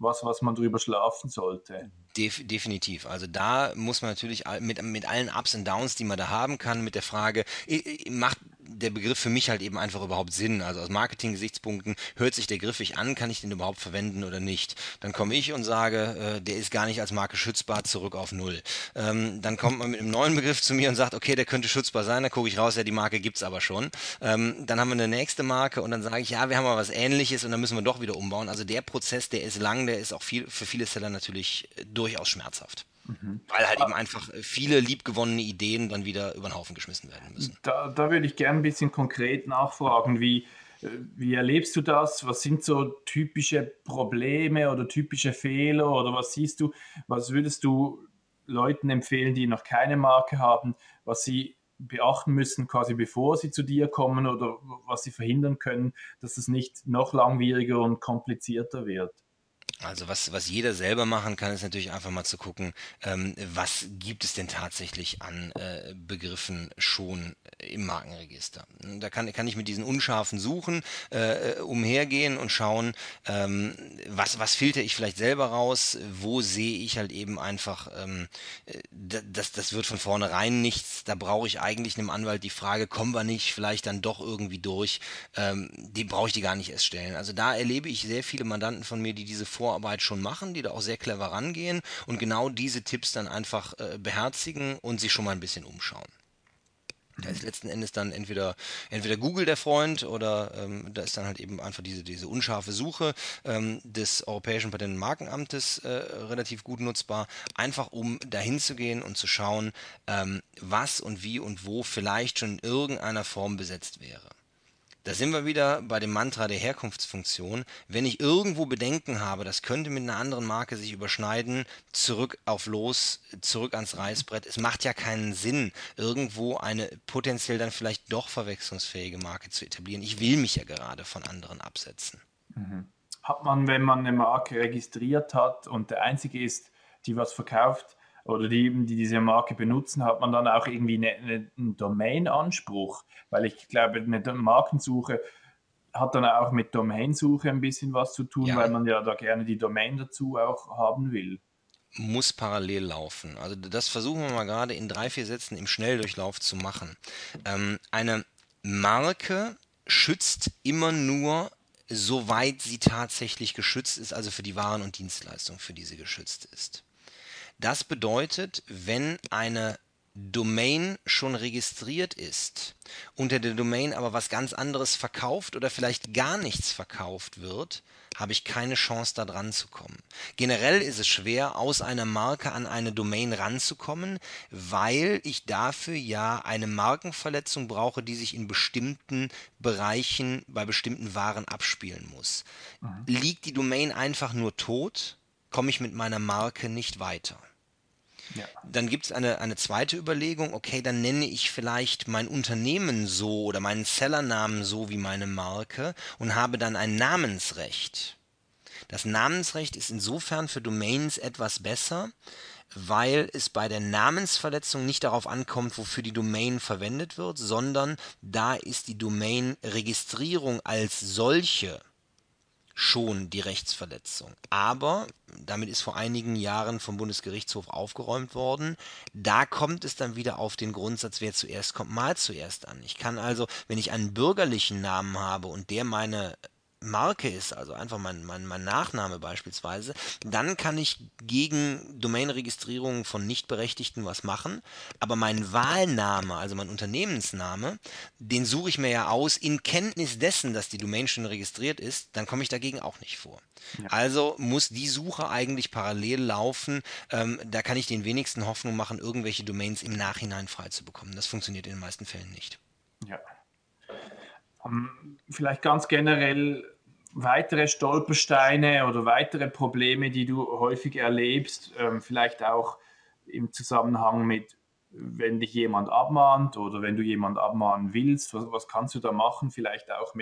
was man drüber schlafen sollte. Definitiv. Also da muss man natürlich mit allen Ups und Downs, die man da haben kann, mit der Frage, macht der Begriff für mich halt eben einfach überhaupt Sinn? Also aus Marketing-Gesichtspunkten, hört sich der griffig an, kann ich den überhaupt verwenden oder nicht? Dann komme ich und sage, der ist gar nicht als Marke schützbar, zurück auf Null. Dann kommt man mit einem neuen Begriff zu mir und sagt, okay, der könnte schützbar sein, dann gucke ich raus, ja, die Marke gibt's aber schon. Dann haben wir eine nächste Marke und dann sage ich, ja, wir haben mal was Ähnliches und dann müssen wir doch wieder umbauen. Also der Prozess, der ist lang, der ist auch für viele Seller natürlich durchaus schmerzhaft. Weil halt eben einfach viele liebgewonnene Ideen dann wieder über den Haufen geschmissen werden müssen. Da würde ich gerne ein bisschen konkret nachfragen, wie erlebst du das? Was sind so typische Probleme oder typische Fehler oder was siehst du, was würdest du Leuten empfehlen, die noch keine Marke haben, was sie beachten müssen, quasi bevor sie zu dir kommen oder was sie verhindern können, dass es nicht noch langwieriger und komplizierter wird? Also was jeder selber machen kann, ist natürlich einfach mal zu gucken, was gibt es denn tatsächlich an Begriffen schon im Markenregister. Da kann ich mit diesen unscharfen Suchen umhergehen und schauen, was filter ich vielleicht selber raus, wo sehe ich halt eben einfach, das wird von vornherein nichts, da brauche ich eigentlich einem Anwalt die Frage, kommen wir nicht vielleicht dann doch irgendwie durch, die brauche ich die gar nicht erst stellen. Also da erlebe ich sehr viele Mandanten von mir, die diese Vorarbeit schon machen, die da auch sehr clever rangehen und genau diese Tipps dann einfach beherzigen und sich schon mal ein bisschen umschauen. Da ist letzten Endes dann entweder Google der Freund oder da ist dann halt eben einfach diese unscharfe Suche des Europäischen Patent- und Markenamtes relativ gut nutzbar, einfach um dahin zu gehen und zu schauen, was und wie und wo vielleicht schon in irgendeiner Form besetzt wäre. Da sind wir wieder bei dem Mantra der Herkunftsfunktion. Wenn ich irgendwo Bedenken habe, das könnte mit einer anderen Marke sich überschneiden, zurück auf los, zurück ans Reißbrett. Es macht ja keinen Sinn, irgendwo eine potenziell dann vielleicht doch verwechslungsfähige Marke zu etablieren. Ich will mich ja gerade von anderen absetzen. Hat man, wenn man eine Marke registriert hat und der Einzige ist, die was verkauft oder die diese Marke benutzen, hat man dann auch irgendwie einen Domain-Anspruch? Weil ich glaube, eine Markensuche hat dann auch mit Domainsuche ein bisschen was zu tun, weil Ja, man ja da gerne die Domain dazu auch haben will. muss parallel laufen. Also das versuchen wir mal gerade in 3, 4 Sätzen im Schnelldurchlauf zu machen. Eine Marke schützt immer nur, soweit sie tatsächlich geschützt ist, also für die Waren und Dienstleistungen, für die sie geschützt ist. Das bedeutet, wenn eine Domain schon registriert ist, unter der Domain aber was ganz anderes verkauft oder vielleicht gar nichts verkauft wird, habe ich keine Chance da dran zu kommen. Generell ist es schwer, aus einer Marke an eine Domain ranzukommen, weil ich dafür ja eine Markenverletzung brauche, die sich in bestimmten Bereichen bei bestimmten Waren abspielen muss. Liegt die Domain einfach nur tot, komme ich mit meiner Marke nicht weiter. Ja. Dann gibt es eine zweite Überlegung, okay, dann nenne ich vielleicht mein Unternehmen so oder meinen Sellernamen so wie meine Marke und habe dann ein Namensrecht. Das Namensrecht ist insofern für Domains etwas besser, weil es bei der Namensverletzung nicht darauf ankommt, wofür die Domain verwendet wird, sondern da ist die Domain-Registrierung als solche schon die Rechtsverletzung. Aber damit ist vor einigen Jahren vom Bundesgerichtshof aufgeräumt worden. Da kommt es dann wieder auf den Grundsatz, wer zuerst kommt, mal zuerst an. Ich kann also, wenn ich einen bürgerlichen Namen habe und der meine Marke ist, also einfach mein Nachname beispielsweise, dann kann ich gegen Domainregistrierungen von Nichtberechtigten was machen, aber mein Wahlname, also mein Unternehmensname, den suche ich mir ja aus in Kenntnis dessen, dass die Domain schon registriert ist, dann komme ich dagegen auch nicht vor. Also muss die Suche eigentlich parallel laufen, da kann ich den wenigsten Hoffnung machen, irgendwelche Domains im Nachhinein frei zu bekommen. Das funktioniert in den meisten Fällen nicht. Ja. Vielleicht ganz generell weitere Stolpersteine oder weitere Probleme, die du häufig erlebst, vielleicht auch im Zusammenhang mit, wenn dich jemand abmahnt oder wenn du jemand abmahnen willst, was kannst du da machen? Vielleicht auch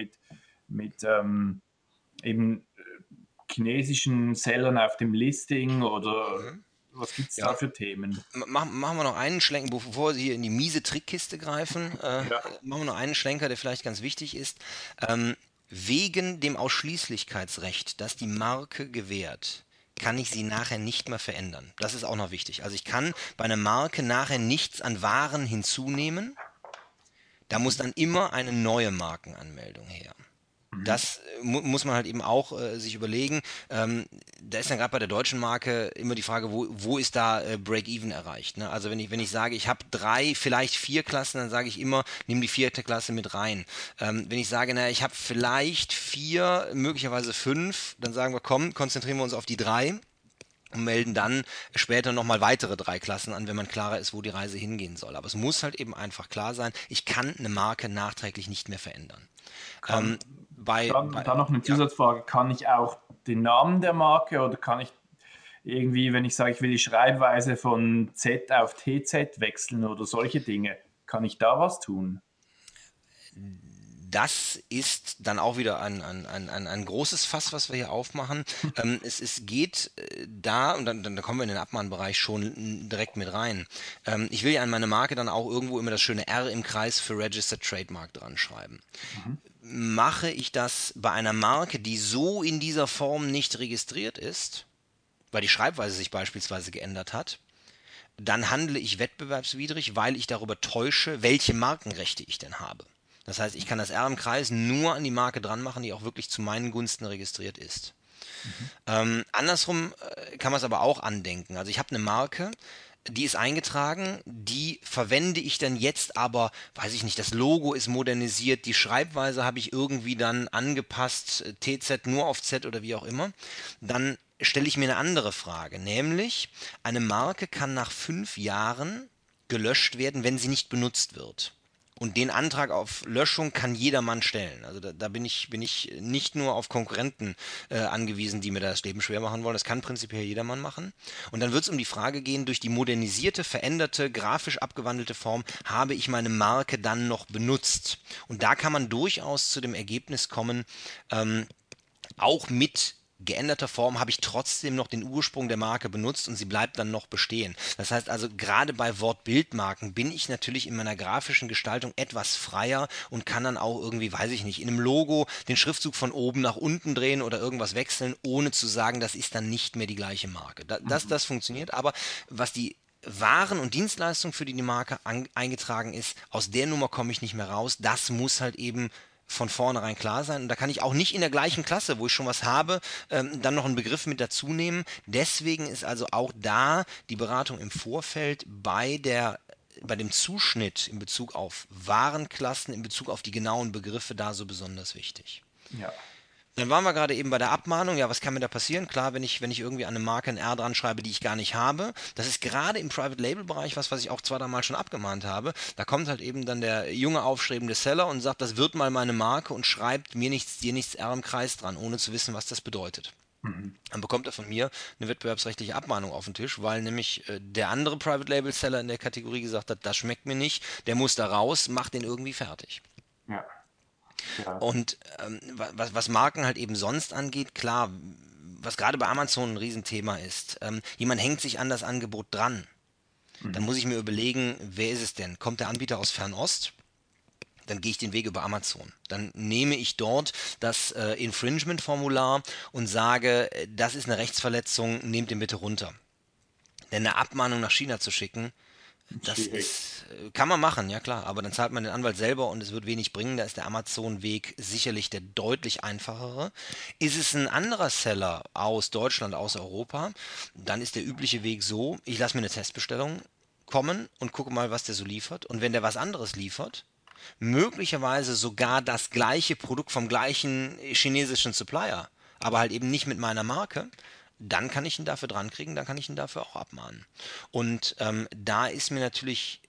mit eben chinesischen Sellern auf dem Listing oder was gibt es da Ja, für Themen? machen wir noch einen Schlenker, bevor Sie hier in die miese Trickkiste greifen, Ja. machen wir noch einen Schlenker, der vielleicht ganz wichtig ist. Wegen dem Ausschließlichkeitsrecht, das die Marke gewährt, kann ich sie nachher nicht mehr verändern. Das ist auch noch wichtig. Also ich kann bei einer Marke nachher nichts an Waren hinzunehmen. Da muss dann immer eine neue Markenanmeldung her. Das muss man halt eben auch sich überlegen. Da ist dann gerade bei der deutschen Marke immer die Frage, wo ist da Break-Even erreicht? Ne? Also wenn ich sage, ich habe 3, vielleicht 4 Klassen, dann sage ich immer, nimm die 4. Klasse mit rein. Wenn ich sage, naja, ich habe vielleicht 4, möglicherweise 5, dann sagen wir, komm, konzentrieren wir uns auf die 3 und melden dann später nochmal weitere 3 Klassen an, wenn man klarer ist, wo die Reise hingehen soll. Aber es muss halt eben einfach klar sein, ich kann eine Marke nachträglich nicht mehr verändern. Kann, Bei dann noch eine ja, Zusatzfrage. Kann ich auch den Namen der Marke oder kann ich irgendwie, wenn ich sage, ich will die Schreibweise von Z auf TZ wechseln oder solche Dinge, kann ich da was tun? das ist dann auch wieder ein großes Fass, was wir hier aufmachen. Es geht da, und dann kommen wir in den Abmahnbereich schon direkt mit rein. Ich will ja an meine Marke dann auch irgendwo immer das schöne R im Kreis für Registered Trademark dran schreiben. Mache ich das bei einer Marke, die so in dieser Form nicht registriert ist, weil die Schreibweise sich beispielsweise geändert hat, dann handle ich wettbewerbswidrig, weil ich darüber täusche, welche Markenrechte ich denn habe. Das heißt, ich kann das R im Kreis nur an die Marke dran machen, die auch wirklich zu meinen Gunsten registriert ist. Andersrum kann man es aber auch andenken. Also ich habe eine Marke, die ist eingetragen, die verwende ich dann jetzt aber, weiß ich nicht, das Logo ist modernisiert, die Schreibweise habe ich irgendwie dann angepasst, TZ nur auf Z oder wie auch immer. Dann stelle ich mir eine andere Frage, nämlich eine Marke kann nach 5 Jahren gelöscht werden, wenn sie nicht benutzt wird. Und den Antrag auf Löschung kann jedermann stellen. Also da bin ich nicht nur auf Konkurrenten angewiesen, die mir das Leben schwer machen wollen. Das kann prinzipiell jedermann machen. Und dann wird es um die Frage gehen, durch die modernisierte, veränderte, grafisch abgewandelte Form habe ich meine Marke dann noch benutzt. Und da kann man durchaus zu dem Ergebnis kommen, auch mit geänderter Form habe ich trotzdem noch den Ursprung der Marke benutzt und sie bleibt dann noch bestehen. Das heißt also, gerade bei Wort-Bild-Marken bin ich natürlich in meiner grafischen Gestaltung etwas freier und kann dann auch irgendwie, weiß ich nicht, in einem Logo den Schriftzug von oben nach unten drehen oder irgendwas wechseln, ohne zu sagen, das ist dann nicht mehr die gleiche Marke. Das funktioniert, aber was die Waren und Dienstleistungen, für die die Marke eingetragen ist, aus der Nummer komme ich nicht mehr raus. Das muss halt eben von vornherein klar sein. Und da kann ich auch nicht in der gleichen Klasse, wo ich schon was habe, dann noch einen Begriff mit dazu nehmen. Deswegen ist also auch da die Beratung im Vorfeld bei dem Zuschnitt in Bezug auf Warenklassen, in Bezug auf die genauen Begriffe da so besonders wichtig. Ja. Dann waren wir gerade eben bei der Abmahnung. Ja, was kann mir da passieren? Klar, wenn ich irgendwie an eine Marke ein R dran schreibe, die ich gar nicht habe. Das ist gerade im Private Label Bereich was ich auch 2, 3 Mal schon abgemahnt habe. Da kommt halt eben dann der junge aufstrebende Seller und sagt, das wird mal meine Marke und schreibt mir nichts, dir nichts R im Kreis dran, ohne zu wissen, was das bedeutet. Dann bekommt er von mir eine wettbewerbsrechtliche Abmahnung auf den Tisch, weil nämlich der andere Private Label Seller in der Kategorie gesagt hat, das schmeckt mir nicht, der muss da raus, macht den irgendwie fertig. Ja. Ja. Und was Marken halt eben sonst angeht, klar, was gerade bei Amazon ein Riesenthema ist, jemand hängt sich an das Angebot dran. Dann muss ich mir überlegen, wer ist es denn? Kommt der Anbieter aus Fernost? Dann gehe ich den Weg über Amazon. Dann nehme ich dort das Infringement-Formular und sage, das ist eine Rechtsverletzung, nehmt den bitte runter. Denn eine Abmahnung nach China zu schicken, das Schwierig. kann man machen, ja klar, aber dann zahlt man den Anwalt selber und es wird wenig bringen. Da ist der Amazon-Weg sicherlich der deutlich einfachere. Ist es ein anderer Seller aus Deutschland, aus Europa, dann ist der übliche Weg so, ich lasse mir eine Testbestellung kommen und gucke mal, was der so liefert. Und wenn der was anderes liefert, möglicherweise sogar das gleiche Produkt vom gleichen chinesischen Supplier, aber halt eben nicht mit meiner Marke, dann kann ich ihn dafür dran kriegen, dann kann ich ihn dafür auch abmahnen. Und da ist mir natürlich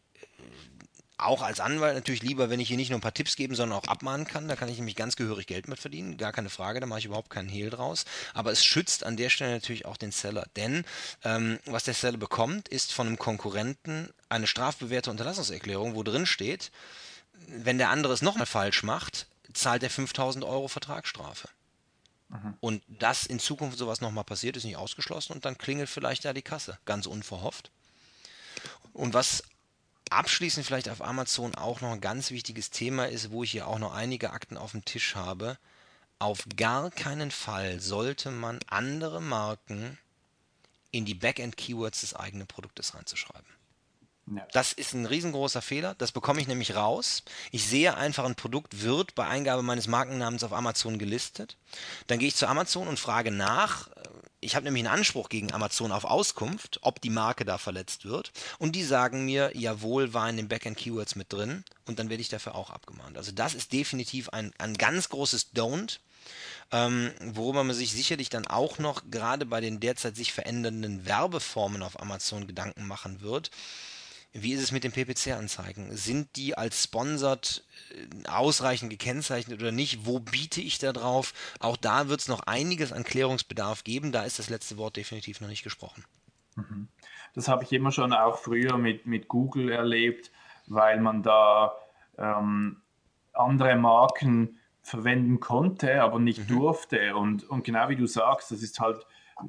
auch als Anwalt natürlich lieber, wenn ich hier nicht nur ein paar Tipps geben, sondern auch abmahnen kann. Da kann ich nämlich ganz gehörig Geld mit verdienen, gar keine Frage, da mache ich überhaupt keinen Hehl draus. Aber es schützt an der Stelle natürlich auch den Seller. Denn was der Seller bekommt, ist von einem Konkurrenten eine strafbewährte Unterlassungserklärung, wo drin steht, wenn der andere es nochmal falsch macht, zahlt er 5.000 Euro Vertragsstrafe. Und dass in Zukunft sowas nochmal passiert, ist nicht ausgeschlossen und dann klingelt vielleicht da die Kasse, ganz unverhofft. Und was abschließend vielleicht auf Amazon auch noch ein ganz wichtiges Thema ist, wo ich hier auch noch einige Akten auf dem Tisch habe, auf gar keinen Fall sollte man andere Marken, die man nicht selber verwendet, als Marke registrieren. Das heißt also, wenn ich eine Marke habe, die ich gar nicht habe, dann muss ich die auf gar keinen Fall in die Backend-Keywords des eigenen Produktes reinzuschreiben. Ja. Das ist ein riesengroßer Fehler. Das bekomme ich nämlich raus. Ich sehe einfach, ein Produkt wird bei Eingabe meines Markennamens auf Amazon gelistet. Dann gehe ich zu Amazon und frage nach. Ich habe nämlich einen Anspruch gegen Amazon auf Auskunft, ob die Marke da verletzt wird. Und die sagen mir, jawohl, war in den Backend-Keywords mit drin. Und dann werde ich dafür auch abgemahnt. Also das ist definitiv ein ganz großes Don't. Worüber man sich sicherlich dann auch noch gerade bei den derzeit sich verändernden Werbeformen auf Amazon Gedanken machen wird. Wie ist es mit den PPC-Anzeigen? Sind die als sponsored ausreichend gekennzeichnet oder nicht? Wo biete ich da drauf? Auch da wird es noch einiges an Klärungsbedarf geben. Da ist das letzte Wort definitiv noch nicht gesprochen. Das habe ich immer schon auch früher mit Google erlebt, weil man da andere Marken verwenden konnte, aber nicht durfte. Und genau wie du sagst, das ist halt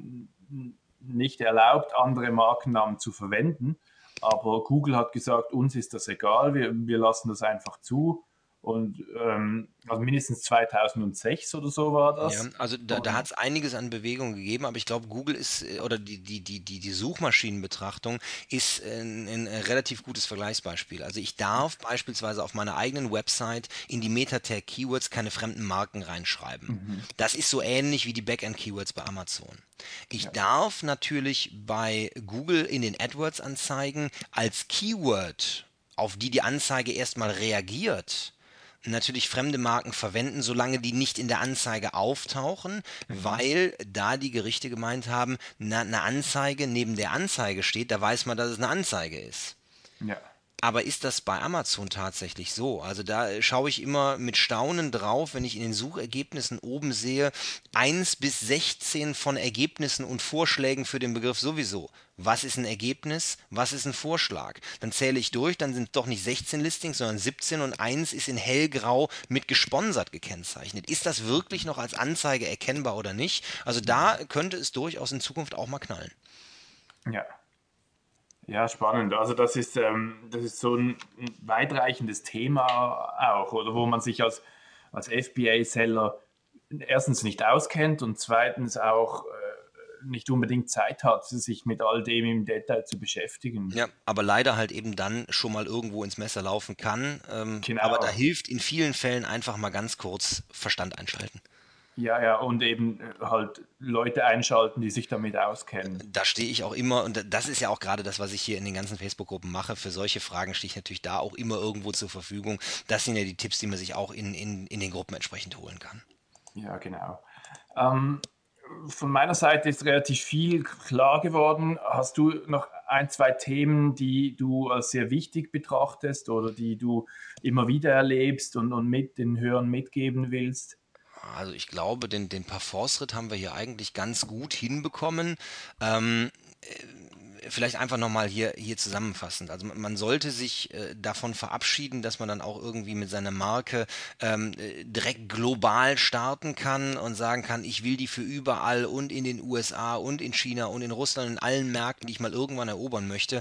nicht erlaubt, andere Markennamen zu verwenden. Aber Google hat gesagt, uns ist das egal, wir lassen das einfach zu. Und also mindestens 2006 oder so war Ja, das. also da hat es einiges an Bewegung gegeben, aber ich glaube, Google ist, oder die Suchmaschinenbetrachtung ist ein relativ gutes Vergleichsbeispiel. Also ich darf beispielsweise auf meiner eigenen Website in die Meta-Tag-Keywords keine fremden Marken reinschreiben. Das ist so ähnlich wie die Backend-Keywords bei Amazon. Ich darf natürlich bei Google in den AdWords-Anzeigen als Keyword, auf die Anzeige erstmal reagiert, natürlich fremde Marken verwenden, solange die nicht in der Anzeige auftauchen, weil da die Gerichte gemeint haben, eine Anzeige neben der Anzeige steht, da weiß man, dass es eine Anzeige ist. Ja. Aber ist das bei Amazon tatsächlich so? Also da schaue ich immer mit Staunen drauf, wenn ich in den Suchergebnissen oben sehe, 1 bis 16 von Ergebnissen und Vorschlägen für den Begriff sowieso. Was ist ein Ergebnis? Was ist ein Vorschlag? Dann zähle ich durch, dann sind es doch nicht 16 Listings, sondern 17 und eins ist in hellgrau mit gesponsert gekennzeichnet. Ist das wirklich noch als Anzeige erkennbar oder nicht? Also da könnte es durchaus in Zukunft auch mal knallen. Ja. Ja, spannend. Also das ist so ein weitreichendes Thema auch, oder wo man sich als FBA-Seller erstens nicht auskennt und zweitens auch nicht unbedingt Zeit hat, sich mit all dem im Detail zu beschäftigen. Ja, aber leider halt eben dann schon mal irgendwo ins Messer laufen kann. Aber da Genau. hilft in vielen Fällen einfach mal ganz kurz Verstand einschalten. Ja, ja, und eben halt Leute einschalten, die sich damit auskennen. Da stehe ich auch immer, und das ist ja auch gerade das, was ich hier in den ganzen Facebook-Gruppen mache. Für solche Fragen stehe ich natürlich da auch immer irgendwo zur Verfügung. Das sind ja die Tipps, die man sich auch in den Gruppen entsprechend holen kann. Ja, genau. Ähm, von meiner Seite ist relativ viel klar geworden. Hast du noch ein, zwei Themen, die du als sehr wichtig betrachtest oder die du immer wieder erlebst und mit den Hörern mitgeben willst? Also ich glaube, den Parforce-Ritt haben wir hier eigentlich ganz gut hinbekommen. Ähm, Vielleicht einfach nochmal hier zusammenfassend. Also man sollte sich davon verabschieden, dass man dann auch irgendwie mit seiner Marke direkt global starten kann und sagen kann, ich will die für überall und in den USA und in China und in Russland, in allen Märkten, die ich mal irgendwann erobern möchte.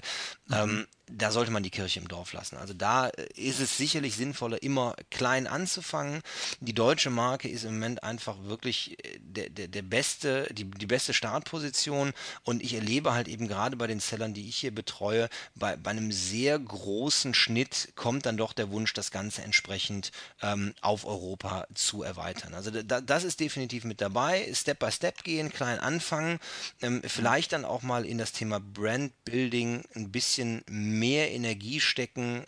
Da sollte man die Kirche im Dorf lassen. Also da ist es sicherlich sinnvoller, immer klein anzufangen. Die deutsche Marke ist im Moment einfach wirklich der beste, die beste Startposition, und ich erlebe halt eben gerade bei den Sellern, die ich hier betreue, bei einem sehr großen Schnitt kommt dann doch der Wunsch, das Ganze entsprechend auf Europa zu erweitern. Also das ist definitiv mit dabei. Step by Step gehen, klein anfangen, vielleicht dann auch mal in das Thema Brand Building ein bisschen mehr Energie stecken,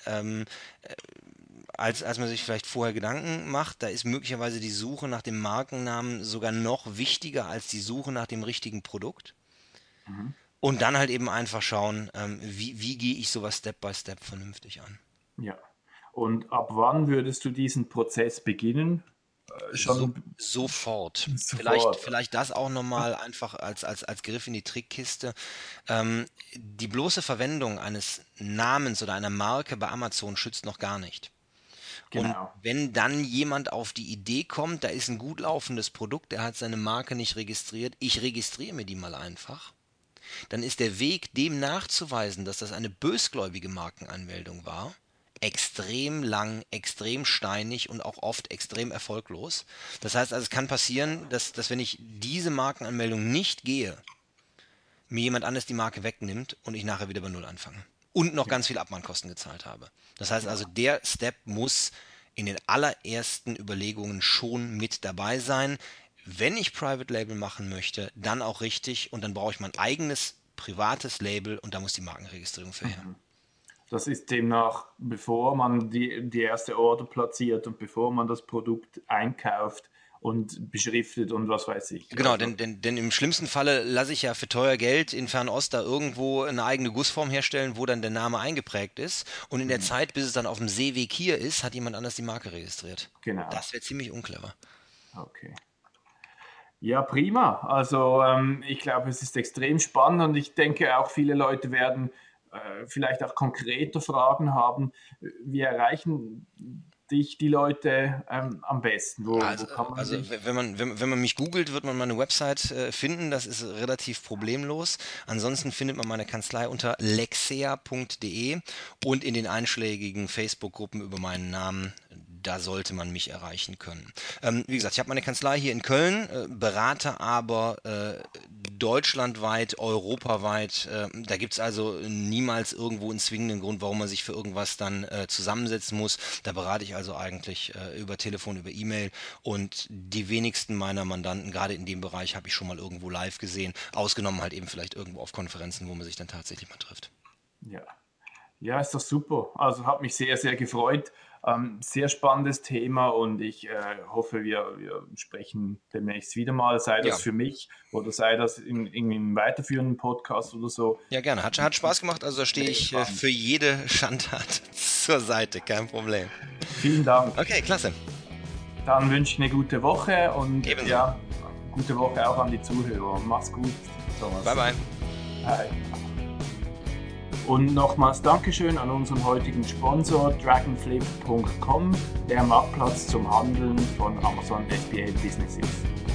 als man sich vielleicht vorher Gedanken macht. Da ist möglicherweise die Suche nach dem Markennamen sogar noch wichtiger als die Suche nach dem richtigen Produkt. Und dann halt eben einfach schauen, wie gehe ich sowas Step by Step vernünftig an. Ja. Und ab wann würdest du diesen Prozess beginnen? Schon Sofort. sofort. Vielleicht das auch nochmal einfach als Griff in die Trickkiste. Die bloße Verwendung eines Namens oder einer Marke bei Amazon schützt noch gar nicht. Und Genau. wenn dann jemand auf die Idee kommt, da ist ein gut laufendes Produkt, der hat seine Marke nicht registriert, ich registriere mir die mal einfach, dann ist der Weg, dem nachzuweisen, dass das eine bösgläubige Markenanmeldung war, extrem lang, extrem steinig und auch oft extrem erfolglos. Das heißt also, es kann passieren, dass wenn ich diese Markenanmeldung nicht gehe, mir jemand anderes die Marke wegnimmt und ich nachher wieder bei Null anfange. Und noch ganz viel Abmahnkosten gezahlt habe. Das heißt also, der Step muss in den allerersten Überlegungen schon mit dabei sein. Wenn ich Private Label machen möchte, dann auch richtig und dann brauche ich mein eigenes privates Label und da muss die Markenregistrierung für her. Das ist demnach, bevor man die erste Order platziert und bevor man das Produkt einkauft und beschriftet und was weiß ich. Genau, also, denn im schlimmsten Falle lasse ich ja für teuer Geld in Fernost da irgendwo eine eigene Gussform herstellen, wo dann der Name eingeprägt ist. Und in der Zeit, bis es dann auf dem Seeweg hier ist, hat jemand anders die Marke registriert. Genau. Das wäre ziemlich unclever. Okay. Ja, prima. Also ich glaube, es ist extrem spannend und ich denke auch viele Leute werden vielleicht auch konkrete Fragen haben. Wie erreichen dich die Leute am besten? Wo kann man dich? Wenn man mich googelt, wird man meine Website finden. Das ist relativ problemlos. Ansonsten findet man meine Kanzlei unter lexea.de und in den einschlägigen Facebook-Gruppen über meinen Namen. Da sollte man mich erreichen können. Wie gesagt, ich habe meine Kanzlei hier in Köln, berate aber deutschlandweit, europaweit. Da gibt es also niemals irgendwo einen zwingenden Grund, warum man sich für irgendwas dann zusammensetzen muss. Da berate ich also eigentlich über Telefon, über E-Mail und die wenigsten meiner Mandanten, gerade in dem Bereich, habe ich schon mal irgendwo live gesehen. Ausgenommen halt eben vielleicht irgendwo auf Konferenzen, wo man sich dann tatsächlich mal trifft. Ja, ist doch super. Also hat mich sehr, sehr gefreut. Sehr spannendes Thema und ich hoffe, wir sprechen demnächst wieder mal, sei das für mich oder sei das in einem weiterführenden Podcast oder so. Ja, gerne. Hat Spaß gemacht, also da stehe ich für jede Schandtat zur Seite, kein Problem. Vielen Dank. Okay, klasse. Dann wünsche ich eine gute Woche und ebenso. Ja, gute Woche auch an die Zuhörer. Mach's gut, Thomas. Bye, bye. Hi. Und nochmals Dankeschön an unseren heutigen Sponsor dragonflip.com, der Marktplatz zum Handeln von Amazon FBA Businesses.